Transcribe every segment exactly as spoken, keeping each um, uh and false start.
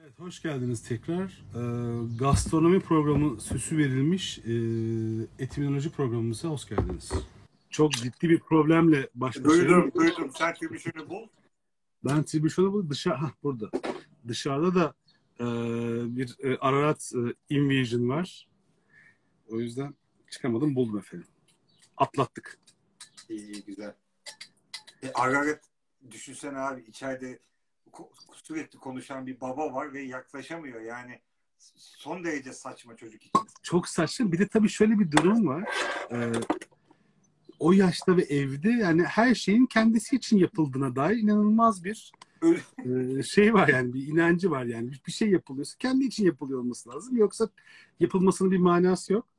Evet, hoş geldiniz tekrar. Ee, gastronomi programı süsü verilmiş e, etimoloji programımıza hoş geldiniz. Çok ciddi bir problemle baş başayım. Duydum, duydum. Sen tribüşünü bul. Ben tribüşonu bu dışarı, hah, burada. Dışarıda da e, bir e, Ararat e, Invasion var. O yüzden çıkamadım, buldum efendim. Atlattık. İyi, iyi, güzel. E, Ararat, düşünsene abi, içeride sürekli konuşan bir baba var ve yaklaşamıyor. Yani son derece saçma çocuk için. Çok saçma. Bir de tabii şöyle bir durum var. Ee, o yaşta ve evde yani her şeyin kendisi için yapıldığına dair inanılmaz bir Öyle. e, şey var, yani bir inancı var. Yani bir şey yapılıyorsa kendi için yapılıyor olması lazım. Yoksa yapılmasının bir manası yok.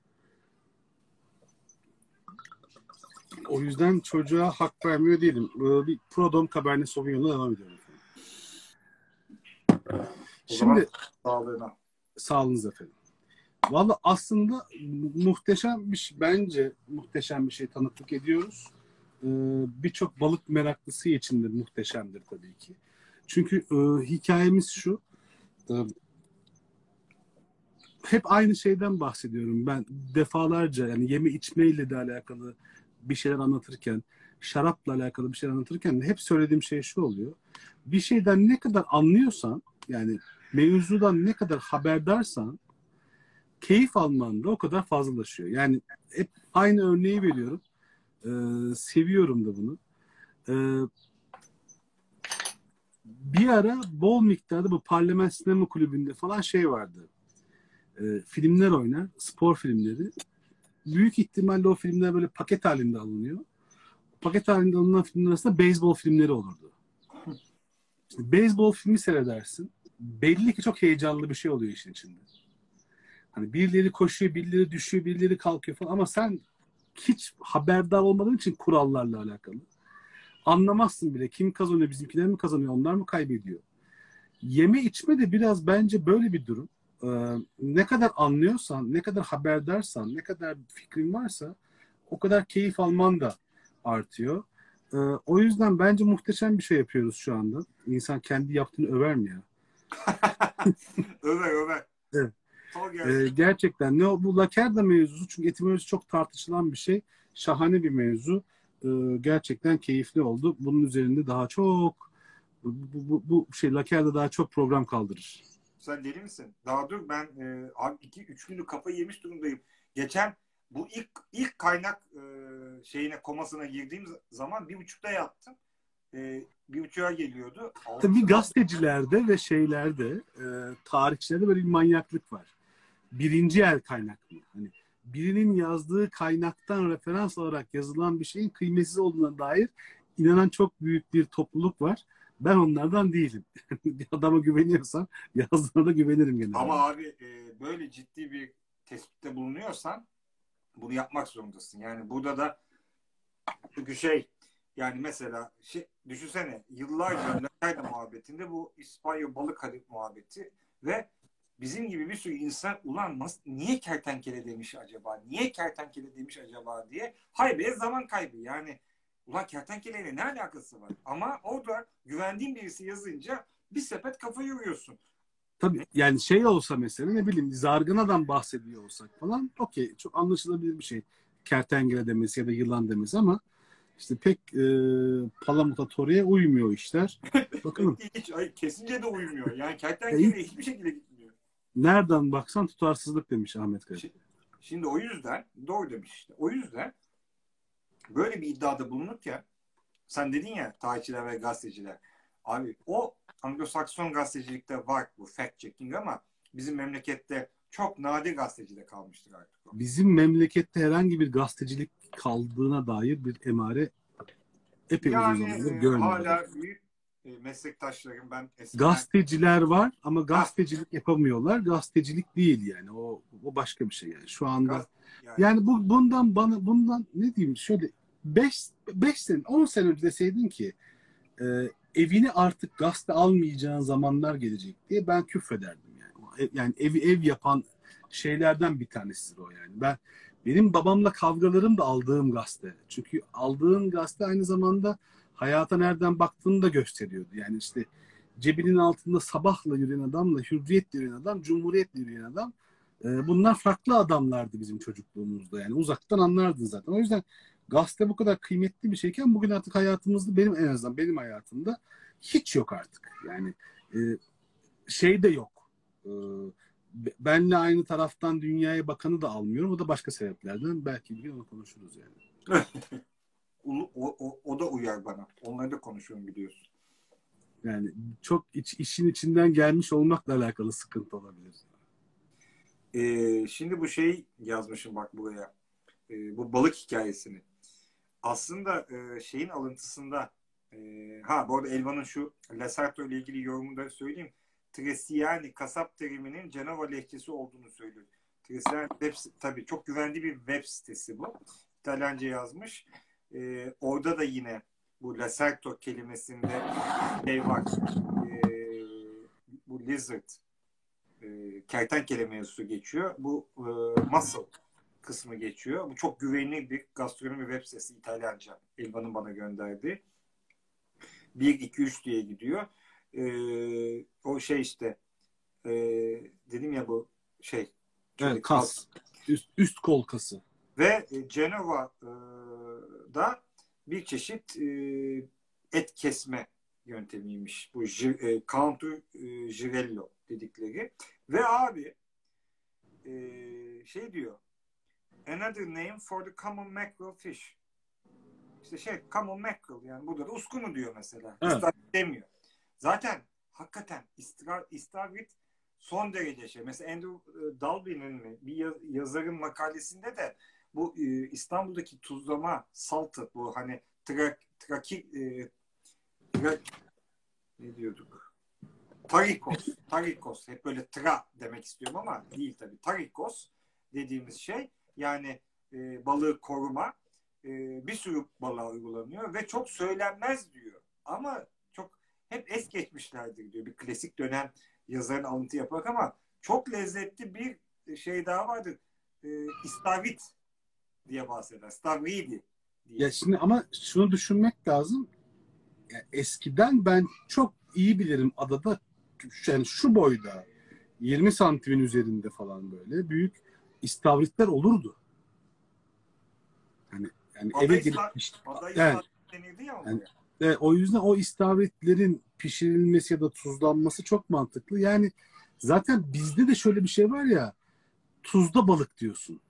O yüzden çocuğa hak vermiyor değilim. Ee, bir Prodom Cabernet Sauvignon'la devam ediyorum. O zaman Şimdi sağlığına. sağlığınız efendim. Valla aslında muhteşem bir şey, bence muhteşem bir şey tanıklık ediyoruz. Ee, Birçok balık meraklısı için de muhteşemdir tabii ki. Çünkü e, hikayemiz şu, e, hep aynı şeyden bahsediyorum. Ben defalarca, yani yeme içmeyle de alakalı bir şeyler anlatırken, şarapla alakalı bir şeyler anlatırken de hep söylediğim şey şu oluyor. Bir şeyden ne kadar anlıyorsan, yani mevzudan ne kadar haberdarsan, keyif alman da o kadar fazlalaşıyor. Yani hep aynı örneği veriyorum. Ee, seviyorum da bunu. Ee, bir ara bol miktarda bu Parlament Sinema Kulübü'nde falan şey vardı. Ee, filmler oynar, spor filmleri. Büyük ihtimalle o filmler böyle paket halinde alınıyor. Paket halinde alınan filmler arasında beyzbol filmleri olurdu. İşte beyzbol filmi seyredersin. Belli ki çok heyecanlı bir şey oluyor işin içinde. Hani birileri koşuyor, birileri düşüyor, birileri kalkıyor falan, ama sen hiç haberdar olmadığın için kurallarla alakalı anlamazsın bile. Kim kazanıyor? Bizimkiler mi kazanıyor? Onlar mı kaybediyor? Yeme içme de biraz bence böyle bir durum. Ee, ne kadar anlıyorsan, ne kadar haberdarsan, ne kadar fikrin varsa o kadar keyif alman da artıyor. Ee, o yüzden bence muhteşem bir şey yapıyoruz şu anda. İnsan kendi yaptığını över mi ya? Över, över. Evet. Sor Ee, gelsin. gerçekten ne o, bu Lakerda mevzusu, çünkü etimoloji çok tartışılan bir şey. Şahane bir mevzu. Ee, gerçekten keyifli oldu. Bunun üzerinde daha çok bu, bu, bu şey Lakerda daha çok program kaldırır. Sen deli misin? Daha dur, ben e, abi iki üç günlük kafayı yemiş durumdayım. Geçen bu ilk ilk kaynak e, şeyine, komasına girdiğim zaman bir buçukta yattım. E, bir buçuğa geliyordu. Tabii Altı, gazetecilerde ve şeylerde, e, tarihçilerde böyle bir manyaklık var. Birinci el kaynak mı? Hani birinin yazdığı kaynaktan referans alarak yazılan bir şeyin kıymetsiz olduğuna dair inanan çok büyük bir topluluk var. Ben onlardan değilim. Bir adama güveniyorsam yazdığına da güvenirim genelde. ama abi e, böyle ciddi bir tespitte bulunuyorsan bunu yapmak zorundasın. Yani burada da, çünkü şey, yani mesela şey, düşünsene, yıllarca Lakerda muhabbetinde bu İspanya balık halit muhabbeti ve bizim gibi bir sürü insan ulan nasıl, niye kertenkele demiş acaba? Niye kertenkele demiş acaba diye haybeye zaman kaybı. Yani ulan kertenkeleyle ne alakası var? Ama orada güvendiğin birisi yazınca bir sepet kafa yoruyorsun. Tabii yani şey olsa mesela, ne bileyim, zarganadan bahsediyor olsak falan, okey, çok anlaşılabilir bir şey. Kertenkele demesi ya da yılan demesi, ama işte pek e, Palamut'a Tori'ye uymuyor işler. Bakalım. Hiç, ay, kesince de uymuyor. Yani E, kertenkele hiçbir şekilde gitmiyor. nereden baksan tutarsızlık demiş Ahmet Kaya. Şimdi o yüzden doğru demiş işte. O yüzden böyle bir iddiada bulunurken, sen dedin ya tarihçiler ve gazeteciler. Abi o Anglo-Sakson gazetecilikte var bu fact checking, ama bizim memlekette çok nadir gazetecide kalmıştır artık o. Bizim memlekette herhangi bir gazetecilik kaldığına dair bir emare epey uzun Yani zamandır e, görmüyorum. hala büyük e, meslektaşlarım, ben eskiden... Gazeteciler var ama Ha, gazetecilik yapamıyorlar. Gazetecilik değil yani. O o başka bir şey yani. Şu anda gaz, yani, yani bu bundan bana bundan ne diyeyim, şöyle beş beş sene on sene önce deseydin ki e, evini artık gazete almayacağın zamanlar gelecek diye, ben küfrederdim yani. E- Yani evi ev yapan şeylerden bir tanesidir o yani. Ben benim babamla kavgalarım da aldığım gazete. Çünkü aldığın gazete aynı zamanda hayata nereden baktığını da gösteriyordu. Yani işte cebinin altında sabahla yürüyen adamla hürriyetle yürüyen adam, cumhuriyetle yürüyen adam. E, bunlar farklı adamlardı bizim çocukluğumuzda. Yani uzaktan anlardın zaten. O yüzden gazete bu kadar kıymetli bir şeyken bugün artık hayatımızda, benim en azından benim hayatımda hiç yok artık. Yani e, şey de yok. E, benle aynı taraftan dünyaya bakanı da almıyorum. O da başka sebeplerden. Belki bir gün onu konuşuruz yani. o, o, o da uyar bana. Onları da konuşuyorum biliyorsun. Yani çok iç, işin içinden gelmiş olmakla alakalı sıkıntı olabilir. Ee, şimdi bu şeyi yazmışım bak buraya. Ee, bu balık hikayesini. Aslında e, şeyin alıntısında e, ha bu arada Elvan'ın şu Lacerto ile ilgili yorumunu da söyleyeyim. Tresiani kasap teriminin Cenova lehçesi olduğunu söylüyor. Tresiani web, tabii çok güvenli bir web sitesi bu. İtalyanca yazmış. E, orada da yine bu Lacerto kelimesinde şey var. E, bu lizard e, kertenkele mevzusu geçiyor. Bu e, muscle kısmı geçiyor. Bu çok güvenilir bir gastronomi web sitesi İtalyanca. Elvan'ın bana gönderdiği. bir iki üç diye gidiyor. Ee, o şey işte e, dedim ya bu şey Evet, kas. Üst, üst kol kası. Ve e, Cenova'da bir çeşit e, et kesme yöntemiymiş. Bu e, counter e, girello dedikleri. Ve abi e, şey diyor another name for the common mackerel fish. İşte şey common mackerel yani burada da uskunu diyor mesela. Evet. İstavrit demiyor. Zaten hakikaten istra, istavrit son derece şey. Mesela Andrew Dalby'nin mi bir yazarın makalesinde de bu e, İstanbul'daki tuzlama saltı bu hani tra, traki e, tra, ne diyorduk? Tarikos. Tarikos. Hep böyle tra demek istiyorum ama değil tabii. Tarikos dediğimiz şey yani e, balığı koruma e, bir sürü balığa uygulanıyor ve çok söylenmez diyor. Ama çok hep es geçmişlerdir diyor. Bir klasik dönem yazarın alıntı yaparak ama çok lezzetli bir şey daha vardır. E, istavrit diye bahseder. Stavridi diye. Ya şimdi ama şunu düşünmek lazım. Yani eskiden ben çok iyi bilirim adada yani şu boyda yirmi santimin üzerinde falan böyle büyük istavritler olurdu. Hani yani Ada eve gelip işte, yani, denirdi ya yani e, o yüzden o istavritlerin pişirilmesi ya da tuzlanması çok mantıklı. Yani zaten bizde de şöyle bir şey var ya tuzda balık diyorsun.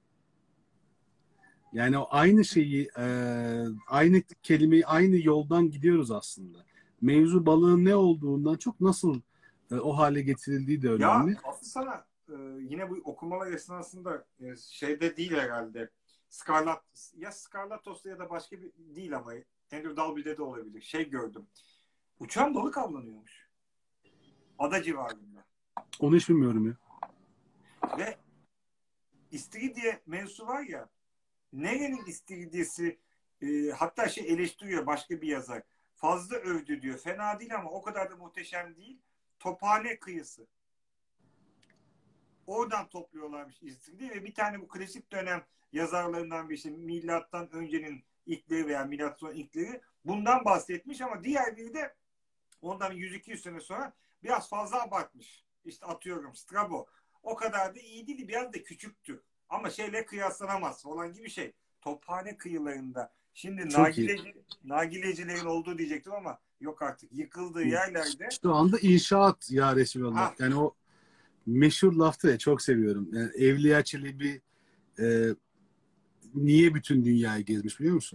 Yani o aynı şeyi e, aynı kelimeyi aynı yoldan gidiyoruz aslında. Mevzu balığın ne olduğundan çok nasıl e, o hale getirildiği de önemli. Ya aslında sana e, yine bu okumalar esnasında e, şeyde değil herhalde. Scarlat ya Scarlatos'ta ya da başka bir değil ama Andrew Dalby'de de olabilir. Şey gördüm. Uçan balık avlanıyormuş. Ada civarında. Onu hiç bilmiyorum ya. Ve istiridye mevzusu var ya nerenin istiridyesi e, hatta şey eleştiriyor başka bir yazar. Fazla övdü diyor. Fena değil ama o kadar da muhteşem değil. Tophane kıyısı. Oradan topluyorlarmış istiridye ve bir tane bu klasik dönem yazarlarından bir şey milattan öncenin ilkleri veya milattan ilkleri bundan bahsetmiş ama diğer biri de ondan yüz iki yüz sene sonra biraz fazla abartmış. İşte atıyorum Strabo. O kadar da iyi değil, biraz da küçüktü. Ama şeyle kıyaslanamaz falan gibi şey. Tophane kıyılarında. Şimdi nargileci, nargilecilerin olduğu diyecektim ama yok artık. Yıkıldığı yerlerde. Şu anda inşaat ya Resulallah. Yani o meşhur laftı ya çok seviyorum. Yani Evliya Çelebi e, niye bütün dünyayı gezmiş biliyor musun?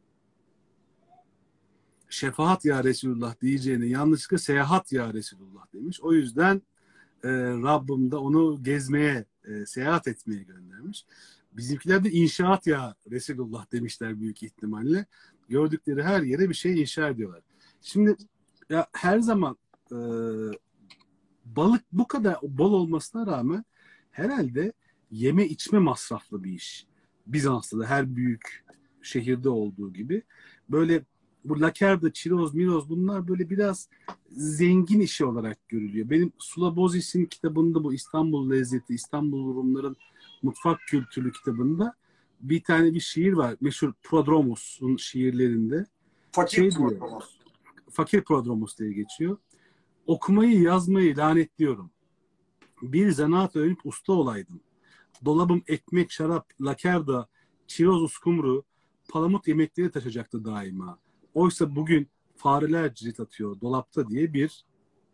Şefaat ya Resulullah diyeceğine yanlışlıkla seyahat ya Resulullah demiş. O yüzden e, Rabbim de onu gezmeye, e, seyahat etmeye göndermiş. Bizimkiler de inşaat ya Resulullah demişler büyük ihtimalle. Gördükleri her yere bir şey inşa ediyorlar. Şimdi ya her zaman e, balık bu kadar bol olmasına rağmen herhalde yeme içme masraflı bir iş. Bizans'ta da her büyük şehirde olduğu gibi. Böyle bu lakerda, çiroz, miroz bunlar böyle biraz zengin işi olarak görülüyor. Benim Sulabozis'in kitabında bu İstanbul lezzeti, İstanbul Rumların mutfak kültürü kitabında bir tane bir şiir var. Meşhur Prodromos'un şiirlerinde. Fakir şey Prodromos. Diyor, Fakir Prodromos diye geçiyor. Okumayı yazmayı lanetliyorum. Bir zanaat öğrenip usta olaydım. Dolabım ekmek, şarap, lakerda, çiroz uskumru, palamut yemekleri taşıyacaktı daima. Oysa bugün fareler cirit atıyor dolapta diye bir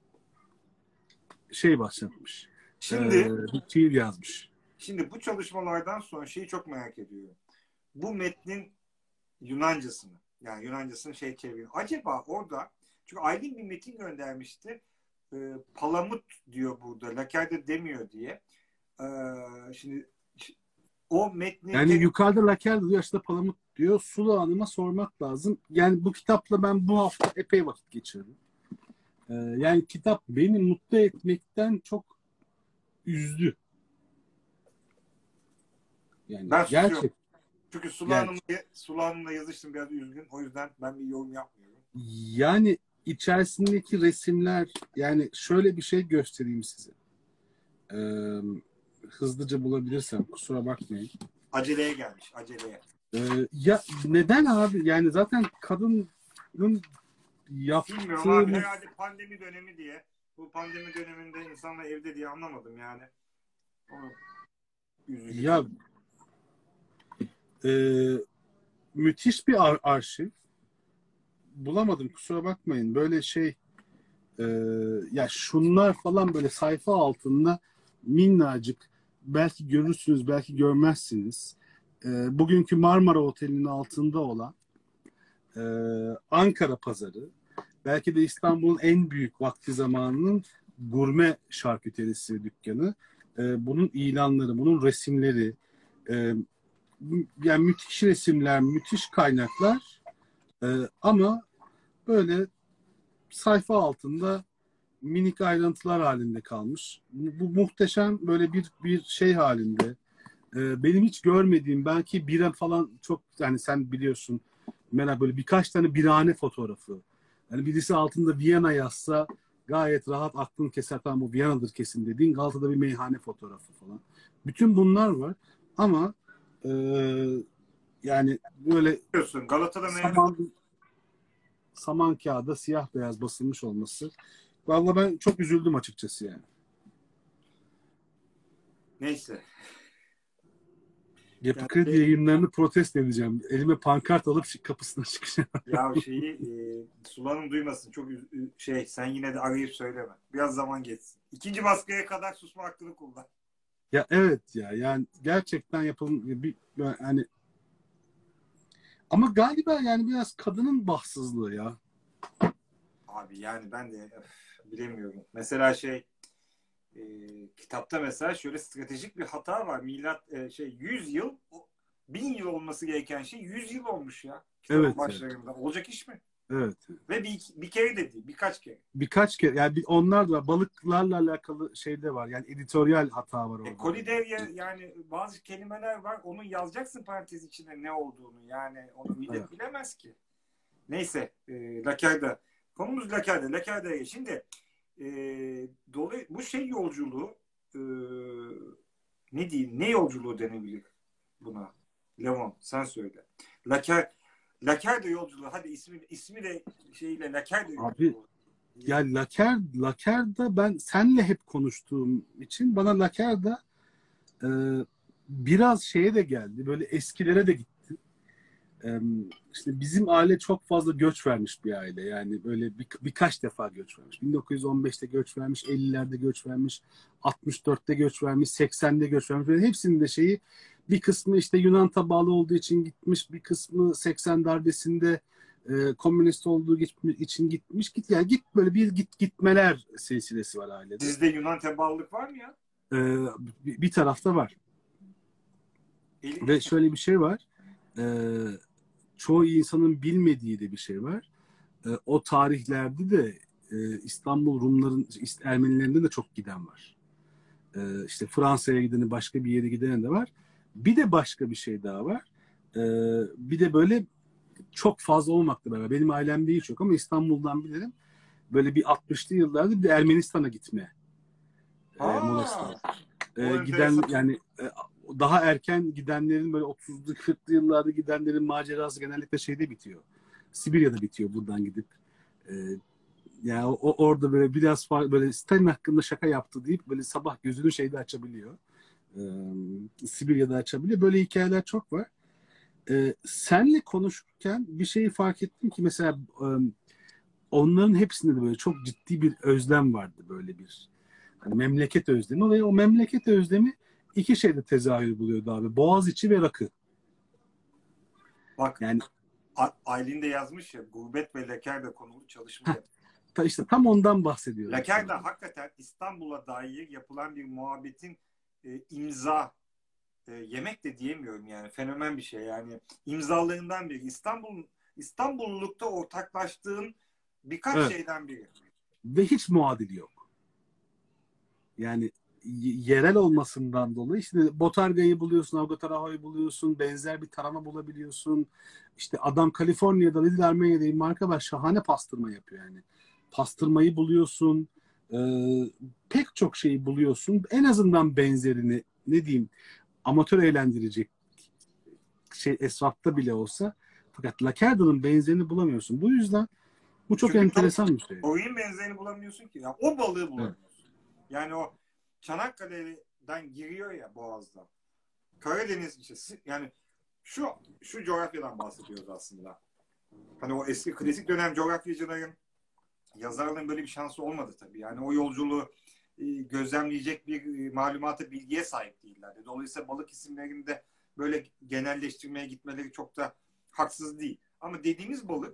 şey başlatmış. Ee, Şimdi bir şiir yazmış. şimdi bu çalışmalardan sonra şeyi çok merak ediyorum. Bu metnin Yunancasını, yani Yunancasını şey çeviriyor. Acaba orada, çünkü Aylin bir metin göndermişti. E, Palamut diyor burada. Laker'de demiyor diye. E, şimdi o metni Yani tek... yukarıda lakerda diyor, aşağıda palamut diyor. Sulu Hanım'a sormak lazım. Yani bu kitapla ben bu hafta epey vakit geçirdim. Ee, yani kitap beni mutlu etmekten çok üzdü. Yani Ben susuyorum. gerçek. Çünkü Sula Yani, Hanım'la, Sula Hanım'la yazıştım, biraz üzgün. O yüzden ben bir yorum yapmıyorum. yani içerisindeki resimler, yani şöyle bir şey göstereyim size. Ee, hızlıca bulabilirsem, kusura bakmayın. Aceleye gelmiş, aceleye. Ee, ya neden abi? Yani zaten kadının Bilmiyorum abi, yaptığı herhalde pandemi dönemi diye. Bu pandemi döneminde insanlar evde diye, anlamadım yani. Onu üzücü. ya e, müthiş bir ar- arşiv. Bulamadım, kusura bakmayın. Böyle şey e, ya şunlar falan böyle sayfa altında minnacık, belki görürsünüz belki görmezsiniz. E, bugünkü Marmara Oteli'nin altında olan e, Ankara Pazarı, belki de İstanbul'un en büyük vakti zamanının gurme şarküterisi dükkanı. E, bunun ilanları, bunun resimleri, e, yani müthiş resimler, müthiş kaynaklar, e, ama böyle sayfa altında minik ayrıntılar halinde kalmış. Bu, bu muhteşem böyle bir bir şey halinde. Ee, benim hiç görmediğim, belki bira falan çok, yani sen biliyorsun Meral, böyle birkaç tane birahane fotoğrafı. Yani birisi altında Viyana yazsa gayet rahat aklın keser, tamam bu Viyana'dır kesin dediğin, Galata'da bir meyhane fotoğrafı falan. Bütün bunlar var ama e, yani böyle Biliyorsun Galata'da meyhane. saman, saman kağıda siyah beyaz basılmış olması. Vallahi ben çok üzüldüm açıkçası yani. Neyse. Yapı Yani Kredi şey, yayınlarını protesto edeceğim. Elime pankart alıp kapısına çıkacağım. ya şeyi e, Sulan'ın duymasın. Çok üz- ü- şey, sen yine de arayıp söyleme. Biraz zaman geçsin. İkinci baskıya kadar susma hakkını kullan. Ya evet ya, yani gerçekten yapalım bir yani, ama galiba yani biraz kadının bahtsızlığı ya. Abi yani ben de öf, bilemiyorum. Mesela şey, e, kitapta mesela şöyle stratejik bir hata var. Milat e, şey yüz yıl, bin yıl olması gereken şey yüz yıl olmuş ya. Kitabın Evet evet. başlarında. Olacak iş mi? Evet. Ve bir, bir kere de değil, birkaç kere. Birkaç kere yani bir, onlar da balıklarla alakalı şeyde var. Yani editoryal hata var E, orada da. Koliderya, yani bazı kelimeler var. Onu yazacaksın parantez içinde ne olduğunu. Yani onu Evet. millet bilemez ki. Neyse. E, Lakerda. Konumuz Lakerda. Lakerda'ya. Şimdi e, dolayı, bu şey yolculuğu, e, ne diyeyim, ne yolculuğu denebilir buna? Levon sen söyle. Laker, Lakerda yolculuğu. Hadi ismi, ismi de şeyle Lakerda Abi yolculuğu. ya Laker, Laker'da ben senle hep konuştuğum için bana Laker'da e, biraz şeye de geldi. Böyle eskilere de gitti. E, işte bizim aile çok fazla göç vermiş bir aile. Yani böyle bir, birkaç defa göç vermiş. bin dokuz yüz on beşte göç vermiş, ellilerde göç vermiş, altmış dörtte göç vermiş, seksende göç vermiş. Böyle hepsinin de şeyi, bir kısmı işte Yunan tabalı olduğu için gitmiş, bir kısmı seksen darbesinde e, komünist olduğu için gitmiş. Git yani git böyle bir git gitmeler silsilesi var ailede. Sizde Yunan teballılık var mı ya? E, bir, bir tarafta var. Eli, Ve şöyle bir şey var. E, çoğu insanın bilmediği de bir şey var. E, o tarihlerde de e, İstanbul Rumların, Ermenilerinde de çok giden var. E, işte Fransa'ya gideni, başka bir yere gideni de var. Bir de başka bir şey daha var. E, bir de böyle çok fazla olmakla beraber, benim ailemde hiç yok ama İstanbul'dan bilirim. Böyle bir altmışlı yıllarda bir de Ermenistan'a gitme e, modası ha, var. o E, giden enteresan. yani e, daha erken gidenlerin, böyle otuzlu kırklı yıllarda gidenlerin macerası genellikle şeyde bitiyor. Sibirya'da bitiyor buradan gidip. E, Yani o, o- orada böyle biraz farklı, böyle Stalin hakkında şaka yaptı deyip böyle sabah gözünü şeyde açabiliyor. Ee, Sibirya'da açabiliyor. Böyle hikayeler çok var. Ee, senle konuşurken bir şeyi fark ettim ki mesela e, onların hepsinde de böyle çok ciddi bir özlem vardı, böyle bir hani memleket özlemi ve o memleket özlemi iki şeyde tezahür buluyordu abi. Boğaziçi ve rakı. Bak, Yani A- Aylin de yazmış ya, gurbet ve Laker'de konulu çalışma heh, yap. ta işte tam ondan bahsediyorum Laker'de sana. hakikaten İstanbul'a dair yapılan bir muhabbetin e, imza e, yemek de diyemiyorum yani, fenomen bir şey yani, imzalarından biri. İstanbul İstanbullulukta ortaklaştığın birkaç Evet. şeyden biri. Ve hiç muadili yok. Yani yerel olmasından dolayı işte Botarga'yı buluyorsun, Agotaraho'yu buluyorsun, benzer bir tarama bulabiliyorsun. İşte adam Kaliforniya'da, Lidl Armanya'dayım arkadaş, şahane pastırma yapıyor yani. Pastırmayı buluyorsun, e, pek çok şeyi buluyorsun. En azından benzerini, ne diyeyim, amatör eğlendirecek şey esnafta bile olsa. Fakat Lakerda'nın benzerini bulamıyorsun. Bu yüzden bu çok Çünkü çok enteresan bir şey. oyun benzerini bulamıyorsun ki. Ya, o balığı Evet. bulamıyorsun. Yani o Çanakkale'den giriyor ya Boğaz'dan. Karadeniz işte, yani şu şu coğrafyadan bahsediyoruz aslında. Hani o eski klasik dönem coğrafyacıların, yazarların böyle bir şansı olmadı tabii. Yani o yolculuğu e, gözlemleyecek bir e, malumata, bilgiye sahip değillerdi. Dolayısıyla balık isimlerinde böyle genelleştirmeye gitmeleri çok da haksız değil. Ama dediğimiz balık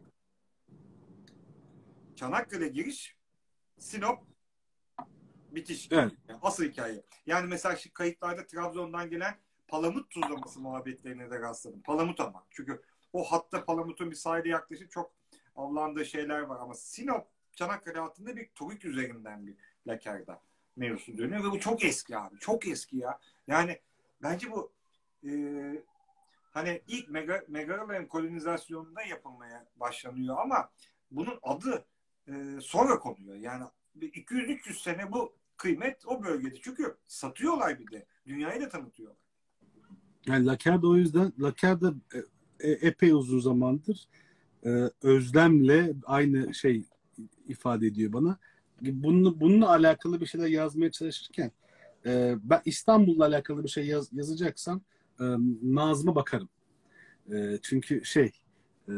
Çanakkale giriş, Sinop bitiş gibi. Evet. Yani asıl hikaye. Yani mesela şu kayıtlarda Trabzon'dan gelen palamut tuzlaması muhabbetlerine de rastladım. Palamut ama. Çünkü o hatta palamutun bir sahile yaklaşık çok avlandığı şeyler var. Ama Sinop, Çanakkale altında bir Turuk üzerinden bir lakerda mevzusu dönüyor. Ve bu çok eski abi. Çok eski ya. Yani bence bu e, hani ilk mega, megaloların kolonizasyonunda yapılmaya başlanıyor ama bunun adı e, sonra konuyor. Yani iki yüz üç yüz sene bu kıymet o bölgede. Çünkü satıyorlar bir de. Dünyayı da tanıtıyorlar. Yani Lakerda o yüzden Lakerda e, e, epey uzun zamandır e, özlemle aynı şey ifade ediyor bana. Bununla, bununla alakalı bir şeyler yazmaya çalışırken e, ben İstanbul'la alakalı bir şey yaz, yazacaksam e, Nazım'a bakarım. E, çünkü şey e,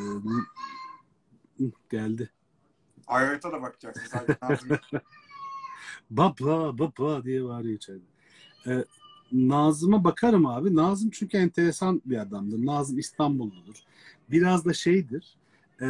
geldi. Ayarıta da bakacaksın sadece Nazım. Baba baba diye bağırıyor içeride. E, Nazım'a bakarım abi. Nazım çünkü enteresan bir adamdır. Nazım İstanbulludur. Biraz da şeydir. E,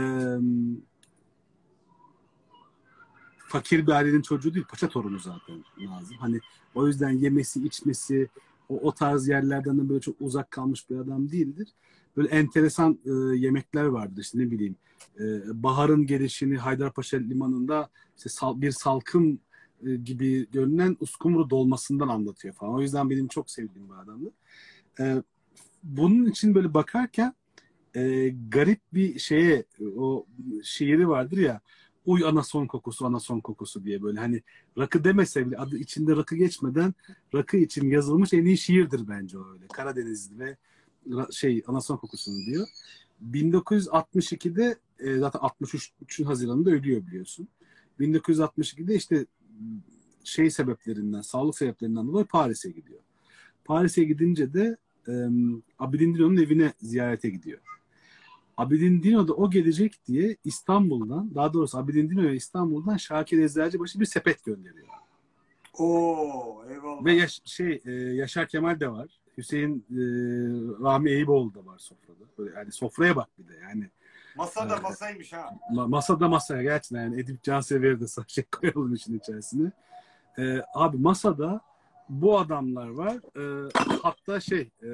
fakir bir ailenin çocuğu değil, paşa torunu zaten Nazım. Hani o yüzden yemesi, içmesi, o, o tarz yerlerden de böyle çok uzak kalmış bir adam değildir. Böyle enteresan e, yemekler vardır işte, ne bileyim. E, baharın gelişini Haydarpaşa limanında işte sal, bir salkım e, gibi görünen uskumru dolmasından anlatıyor falan. O yüzden benim çok sevdiğim bir adamdır. E, bunun için böyle bakarken e, garip bir şeye, o şiiri vardır ya, uy anason kokusu anason kokusu diye, böyle hani rakı demese bile adı içinde rakı geçmeden rakı için yazılmış en iyi şiirdir bence o, öyle Karadenizli ve ra- şey anason kokusunu diyor. bin dokuz yüz altmış ikide e, zaten altmış üç Haziran'da ölüyor biliyorsun. bin dokuz yüz altmış ikide işte şey sebeplerinden, sağlık sebeplerinden dolayı Paris'e gidiyor. Paris'e gidince de e, Abidin Dino'nun evine ziyarete gidiyor. Abidin Dino da o gelecek diye İstanbul'dan, daha doğrusu Abidin Dino'ya İstanbul'dan Şakir Eczacıbaşı bir sepet gönderiyor. Oo, Ve eyvallah. yaş- şey e, Yaşar Kemal de var. Hüseyin e, Rahmi Eyüboğlu da var sofrada. Böyle yani sofraya bak bir de yani. E, Masa da masaymış ha. ma- masada masaya gerçekten yani Edip Cansever'i de şey koyalım işin içerisine. E, abi masada bu adamlar var. E, hatta şey e,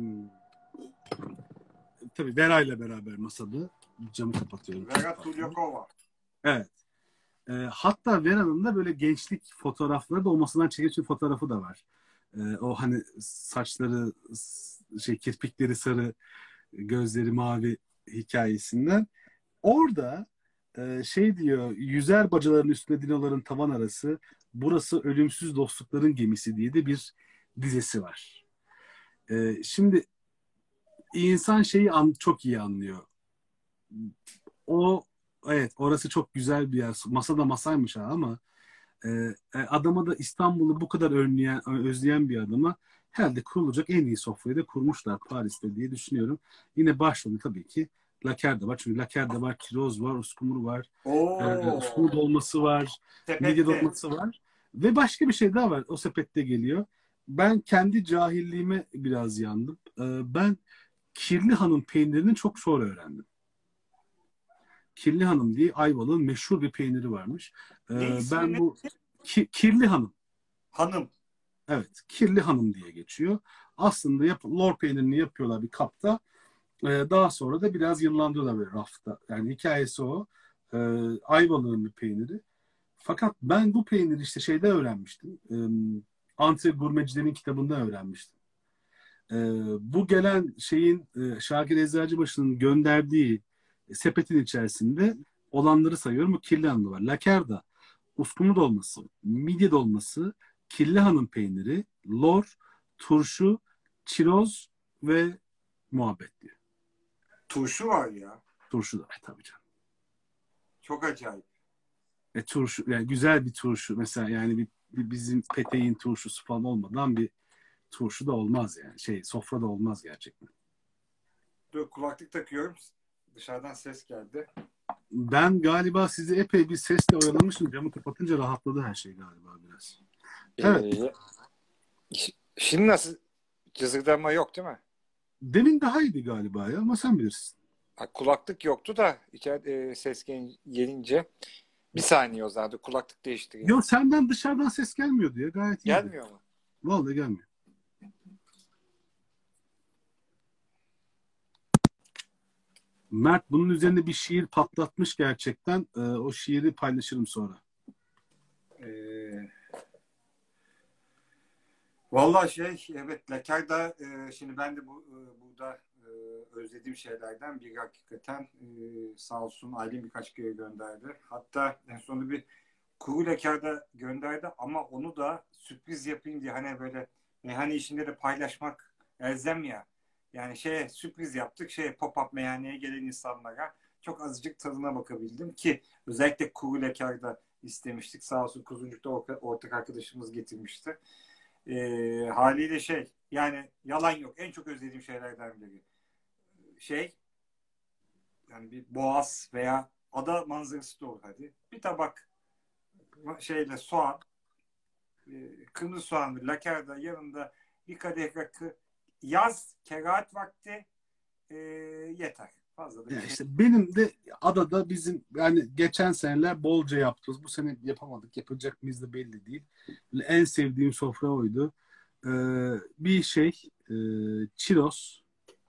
tabii Vera ile beraber masada, camı kapatıyorum. Vera Tulyakova. Evet. E, hatta Vera'nın da böyle gençlik fotoğrafları da o masadan çekilmiş fotoğrafı da var. E, o hani saçları şey, kirpikleri sarı, gözleri mavi hikayesinden. Orada e, şey diyor, yüzer bacaların üstünde dinoların tavan arası, burası ölümsüz dostlukların gemisi diye de bir dizesi var. E, şimdi insan şeyi an, çok iyi anlıyor. O evet, orası çok güzel bir yer. Masa da masaymış ha, ama e, e, adama da İstanbul'u bu kadar önleyen, özleyen bir adama herhalde kurulacak en iyi sofrayı da kurmuşlar Paris'te diye düşünüyorum. Yine başladı tabii ki Laker'de var. Çünkü Laker'de var, kiroz var, uskumru var, e, uskumru Oo, dolması var, midye sepette. dolması var. Ve başka bir şey daha var. O sepette geliyor. Ben kendi cahilliğime biraz yandım. E, ben Kirli Hanım peynirini çok sonra öğrendim. Kirli Hanım diye Ayvalık'ın meşhur bir peyniri varmış. Ne Ee, ismi ben ne? bu ki, Kirli Hanım, Hanım. evet, Kirli Hanım diye geçiyor. Aslında yap, lor peynirini yapıyorlar bir kapta. Ee, daha sonra da biraz yıllandırıyorlar böyle rafta. Yani hikayesi o. Ee, Ayvalık'ın bir peyniri. Fakat ben bu peyniri işte şeyde öğrenmiştim. Ee, Antre Gurmecilerin kitabında öğrenmiştim. Ee, bu gelen şeyin e, Şakir Eczacıbaşı'nın gönderdiği sepetin içerisinde olanları sayıyorum. Bu kirli hanım var. Lakerda, uskumru dolması, midye dolması, kirli hanım peyniri, lor, turşu, çiroz ve muhabbet diyor. Turşu var ya. Turşu da var tabii canım. Çok acayip. E, turşu, yani güzel bir turşu mesela, yani bir, bir bizim peteğin turşusu falan olmadan bir turşu da olmaz yani. Şey, sofrada olmaz gerçekten. Dur, kulaklık takıyorum. Dışarıdan ses geldi. Ben galiba sizi epey bir sesle oyalamışım. Camı kapatınca rahatladı her şey galiba biraz. Evet. Ee, Şimdi nasıl? Cızırdanma yok değil mi? Demin daha iyiydi galiba ya, ama sen bilirsin. Ha, kulaklık yoktu da içeride e, ses gel- gelince bir saniye o zaman. Dur, kulaklık değiştireyim. Yok, senden dışarıdan ses gelmiyordu ya. Gayet iyiydi. Gelmiyor mu? Vallahi gelmiyor. Mert bunun üzerine bir şiir patlatmış gerçekten. Ee, o şiiri paylaşırım sonra. Ee, Vallahi şey, evet, Laker'da e, şimdi ben de bu e, burada e, özlediğim şeylerden biri hakikaten. E, sağ olsun Aylin birkaç kere gönderdi. Hatta en sonunda bir kuru Laker'da gönderdi, ama onu da sürpriz yapayım diye, hani böyle meyhane işinde de paylaşmak elzem ya. Yani şeye sürpriz yaptık. Şey, pop-up meyhaneye gelen insanlara çok azıcık tadına bakabildim ki özellikle kuru Laker'da istemiştik. Sağ olsun Kuzuncuk'ta ortak arkadaşımız getirmişti. E, haliyle şey, yani yalan yok, en çok özlediğim şeylerden biri. Şey, yani bir boğaz veya ada manzarası da olur hadi. Bir tabak şeyle soğan, e, kırmızı soğanlı lakerda, yanında bir kadeh rakı, yaz kerahat vakti, e, yeter. Fazla da bir Yani şey. işte benim de adada bizim, yani geçen seneler bolca yaptınız. Bu sene yapamadık. Yapacak mıyız da belli değil. Böyle en sevdiğim sofra oydu. Ee, bir şey, e, çiroz,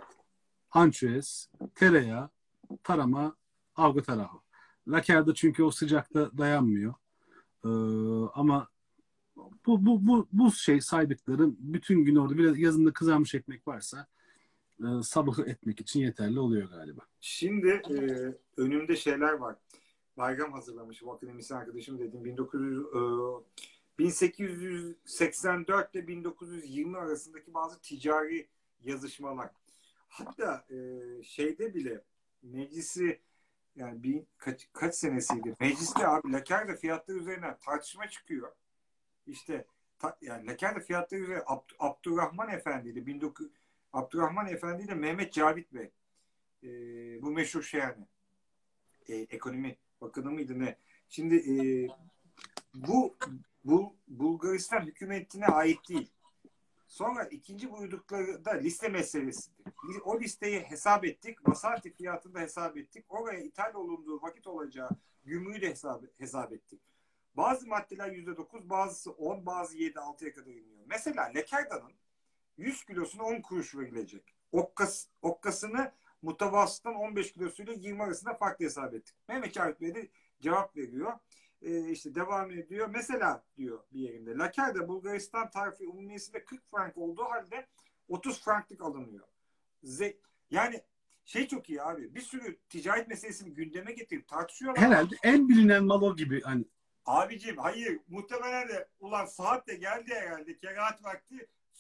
ançüez, tereyağı, tarama, avgu tarahu. Lakerda çünkü o sıcakta dayanmıyor. Ee, ama bu, bu, bu, bu şey saydıklarım bütün gün orada, biraz yazında kızarmış ekmek varsa e, sabahı etmek için yeterli oluyor galiba. Şimdi e, önümde şeyler var. Bayram hazırlamış. Bu akademisyen arkadaşım dedim. bin dokuz yüz, e, bin sekiz yüz seksen dört ile bin dokuz yüz yirmi arasındaki bazı ticari yazışmalar. Hatta e, şeyde bile meclisi, yani bir, kaç, kaç senesiydi? Mecliste abi lakerda fiyatları üzerine tartışma çıkıyor. İşte ta, yani lakerda fiyatları üzerine Abd, Abdurrahman Efendi ile bin dokuz yüz Abdurrahman Efendi ile Mehmet Cavit Bey, e, bu meşhur şey yani, e, ekonomi bakanı mıydı ne? Şimdi e, bu, bu Bulgaristan hükümetine ait değil. Sonra ikinci buydukları da liste meselesidir. O listeyi hesap ettik. Vasati fiyatını da hesap ettik. Oraya ithal olunduğu vakit olacağı gümrüğü de hesap, hesap ettik. Bazı maddeler yüzde dokuz, bazısı on, bazı yedi altıya kadar iniyor. Mesela Lekerda'nın yüz kilosuna on kuruş verilecek. Okkas, okkasını mutavasıttan on beş kilosuyla yirmi arasında farklı hesap ettik. Mehmet Çağrı Bey de cevap veriyor. Ee, işte devam ediyor. Mesela diyor bir yerinde, Lakerda Bulgaristan tarifi umumiyesinde kırk frank olduğu halde otuz franklık alınıyor. Ze yani şey çok iyi abi. Bir sürü ticaret meselesini gündeme getirip tartışıyorlar. Herhalde en bilinen mal o gibi. Hani Abicim hayır, muhtemelen de ulan saat de geldi herhalde, kerahat vakti,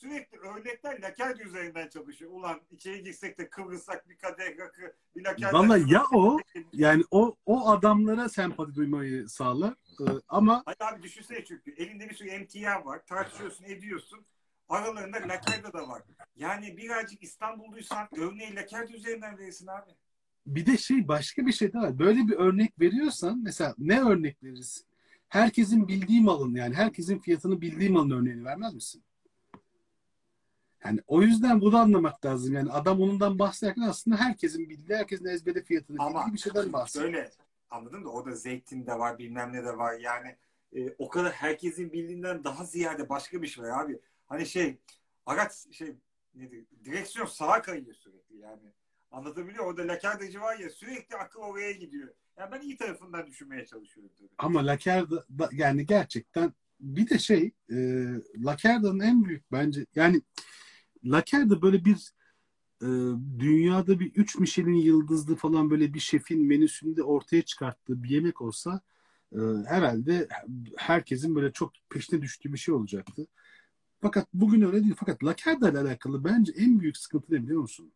sürekli örnekler Lakerdi üzerinden çalışıyor. Ulan içeri girsek de kıvrılsak bir kadeh rakı, bir Lakerdi. Valla ya o yani o o adamlara sempati duymayı sağlar. Ee, ama Hayır abi düşünsene çünkü elinde bir sürü emtia var. Tartışıyorsun, ediyorsun. Aralarında Lakerdi da var. Yani birazcık İstanbulluysan örneği Lakerdi üzerinden verirsin abi. bir de şey başka bir şey daha var. Böyle bir örnek veriyorsan mesela ne örnek verirsin? Herkesin bildiği malın yani herkesin fiyatını bildiği malın örneğini vermez misin? Yani o yüzden bunu anlamak lazım. Yani adam onundan bahsederken aslında herkesin bildiği, herkesin ezbere fiyatını Ama bildiği bir şeyden bahsediyor. şöyle anladın da o da zeytin de var bilmem ne de var. Yani e, o kadar herkesin bildiğinden daha ziyade başka bir şey var abi. Hani şey araç şey nedir? Direksiyon sağa kayıyor sürekli yani. Anlatabiliyor? Orada lakerdacı var ya sürekli akıl oraya gidiyor. Yani ben iyi tarafından düşünmeye çalışıyorum tabii. Ama Lacerda da- yani gerçekten bir de şey e, Lacerda'nın en büyük bence yani Lacerda böyle bir e, dünyada bir üç Michelin yıldızlı falan böyle bir şefin menüsünde ortaya çıkarttığı bir yemek olsa e, herhalde herkesin böyle çok peşine düştüğü bir şey olacaktı. Fakat bugün öyle değil. Fakat Lacerda ile alakalı bence en büyük sıkıntı ne biliyor musun?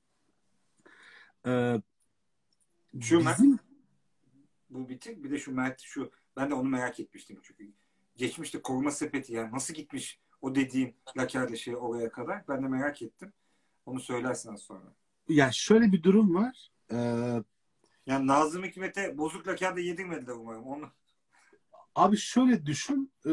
E, Şu bizim bu bitik bir de şu Mert şu ben de onu merak etmiştim çünkü geçmişte koruma sepeti yani nasıl gitmiş o dediğim Laker'de şey oraya kadar ben de merak ettim. Onu söylersen sonra. ya şöyle bir durum var. E, Yani Nazım Hikmet'e bozuk Laker'de yedirmediler umarım onu. abi şöyle düşün. E,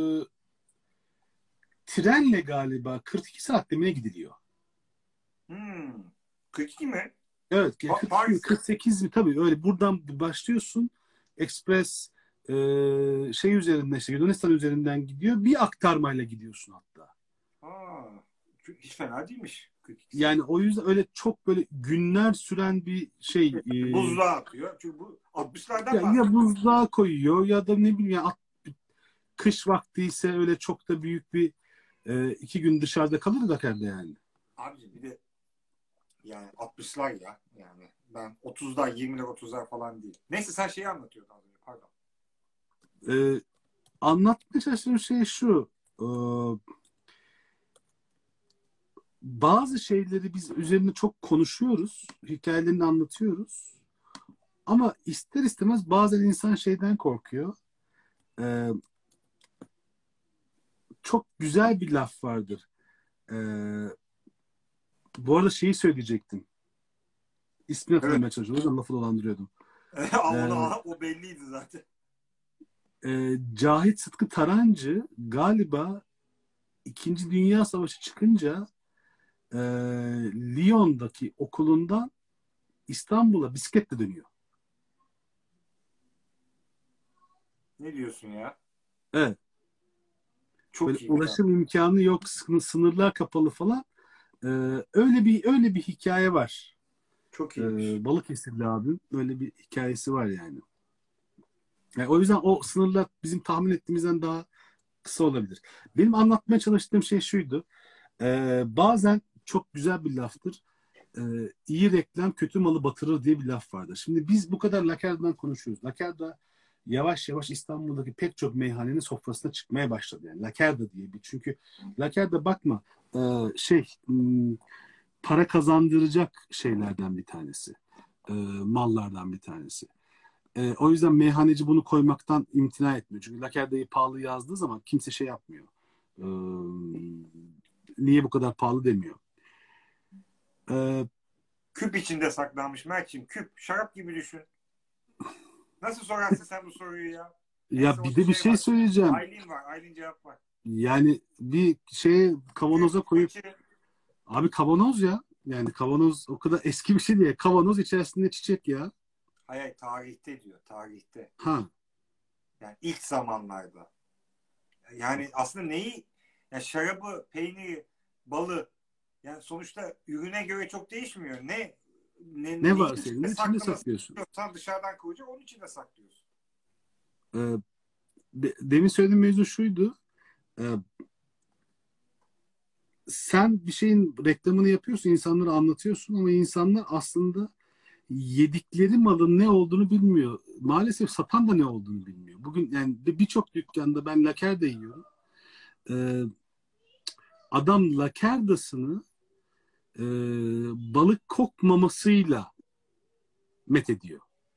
trenle galiba kırk iki saatte mi ne gidiliyor? Hmm. kırk iki mi? Evet, ya Pa- kırk iki mi Paris. kırk sekiz mi tabii öyle buradan başlıyorsun. Express e, şey üzerinden işte Yunanistan üzerinden gidiyor. Bir aktarmayla gidiyorsun hatta. Aa, hiç fena değilmiş. kırk iki saat. Yani o yüzden öyle çok böyle günler süren bir şey e, Buzluğa atıyor. Çünkü bu altmışlardan ya, ya bahsediyor. buzluğa koyuyor ya da ne bileyim ya at- kış vakti ise öyle çok da büyük bir e, iki gün dışarıda kalır da kendi yani. Abi bir de yani altmışlar ya. Yani ben otuzlar, yirmiler, otuzlar falan değil. Neyse sen şeyi anlatıyordun az önce. Pardon. E, anlatmaya çalıştığım şey şu. E, bazı şeyleri biz üzerine çok konuşuyoruz. Hikayelerini anlatıyoruz. Ama ister istemez bazen insan şeyden korkuyor. Ee, çok güzel bir laf vardır. Ee, bu arada şeyi söyleyecektim. İsmini Evet. hatırlamaya çalışıyordum. O yüzden lafı dolandırıyordum. Ee, Onu, o belliydi zaten. e, Cahit Sıtkı Tarancı galiba İkinci Dünya Savaşı çıkınca e, Lyon'daki okulundan İstanbul'a bisikletle dönüyor. Ne diyorsun ya? Evet. Böyle Çok iyi. ulaşım imkanı yok, sınırlar kapalı falan. Ee, öyle bir öyle bir hikaye var. Çok iyiymiş. Ee, Balıkesirli abim öyle bir hikayesi var yani. Yani o yüzden o sınırlar bizim tahmin ettiğimizden daha kısa olabilir. Benim anlatmaya çalıştığım şey şuydu. Ee, bazen çok güzel bir laftır. Ee, iyi reklam kötü malı batırır diye bir laf vardır. Şimdi biz bu kadar Lakerda'dan konuşuyoruz. Lakerda yavaş yavaş İstanbul'daki pek çok meyhanenin sofrasına çıkmaya başladı. Yani Lakerda diye bir. Çünkü Lakerda bakma e, şey hmm, para kazandıracak şeylerden bir tanesi. E, mallardan bir tanesi. E, o yüzden meyhaneci bunu koymaktan imtina etmiyor. Çünkü Lakerda'yı pahalı yazdığı zaman kimse şey yapmıyor. E, niye bu kadar pahalı demiyor. E, Küp içinde saklanmış Mert'ciğim. Küp. Şarap gibi düşün. Nasıl sorarsın sen bu soruyu ya? Neyse ya bir o de bir şey şey var. söyleyeceğim. Aylin var. Aylin cevap var. Yani bir şey kavanoza Küp, koyup fıçı. abi kavanoz ya. Yani kavanoz o kadar eski bir şey değil. Kavanoz içerisinde çiçek ya. Hayır, hayır tarihte diyor. Tarihte. Ha. Yani ilk zamanlarda. Yani aslında neyi yani şarabı, peyniri, balı yani sonuçta ürüne göre çok değişmiyor. Ne ne Ne neyin varsa içinde elinin içinde saklamasını saklıyorsun. istiyorsan dışarıdan koyacak onun içinde saklıyorsun. Ee, de- demin söylediğim mevzu şuydu. Ee, sen bir şeyin reklamını yapıyorsun, insanlara anlatıyorsun ama insanlar aslında yedikleri malın ne olduğunu bilmiyor. Maalesef satan da ne olduğunu bilmiyor. Bugün yani bir- birçok dükkanda ben laker de yiyorum. Ee, Adam lakerdasını e, balık kokmamasıyla met ediyor.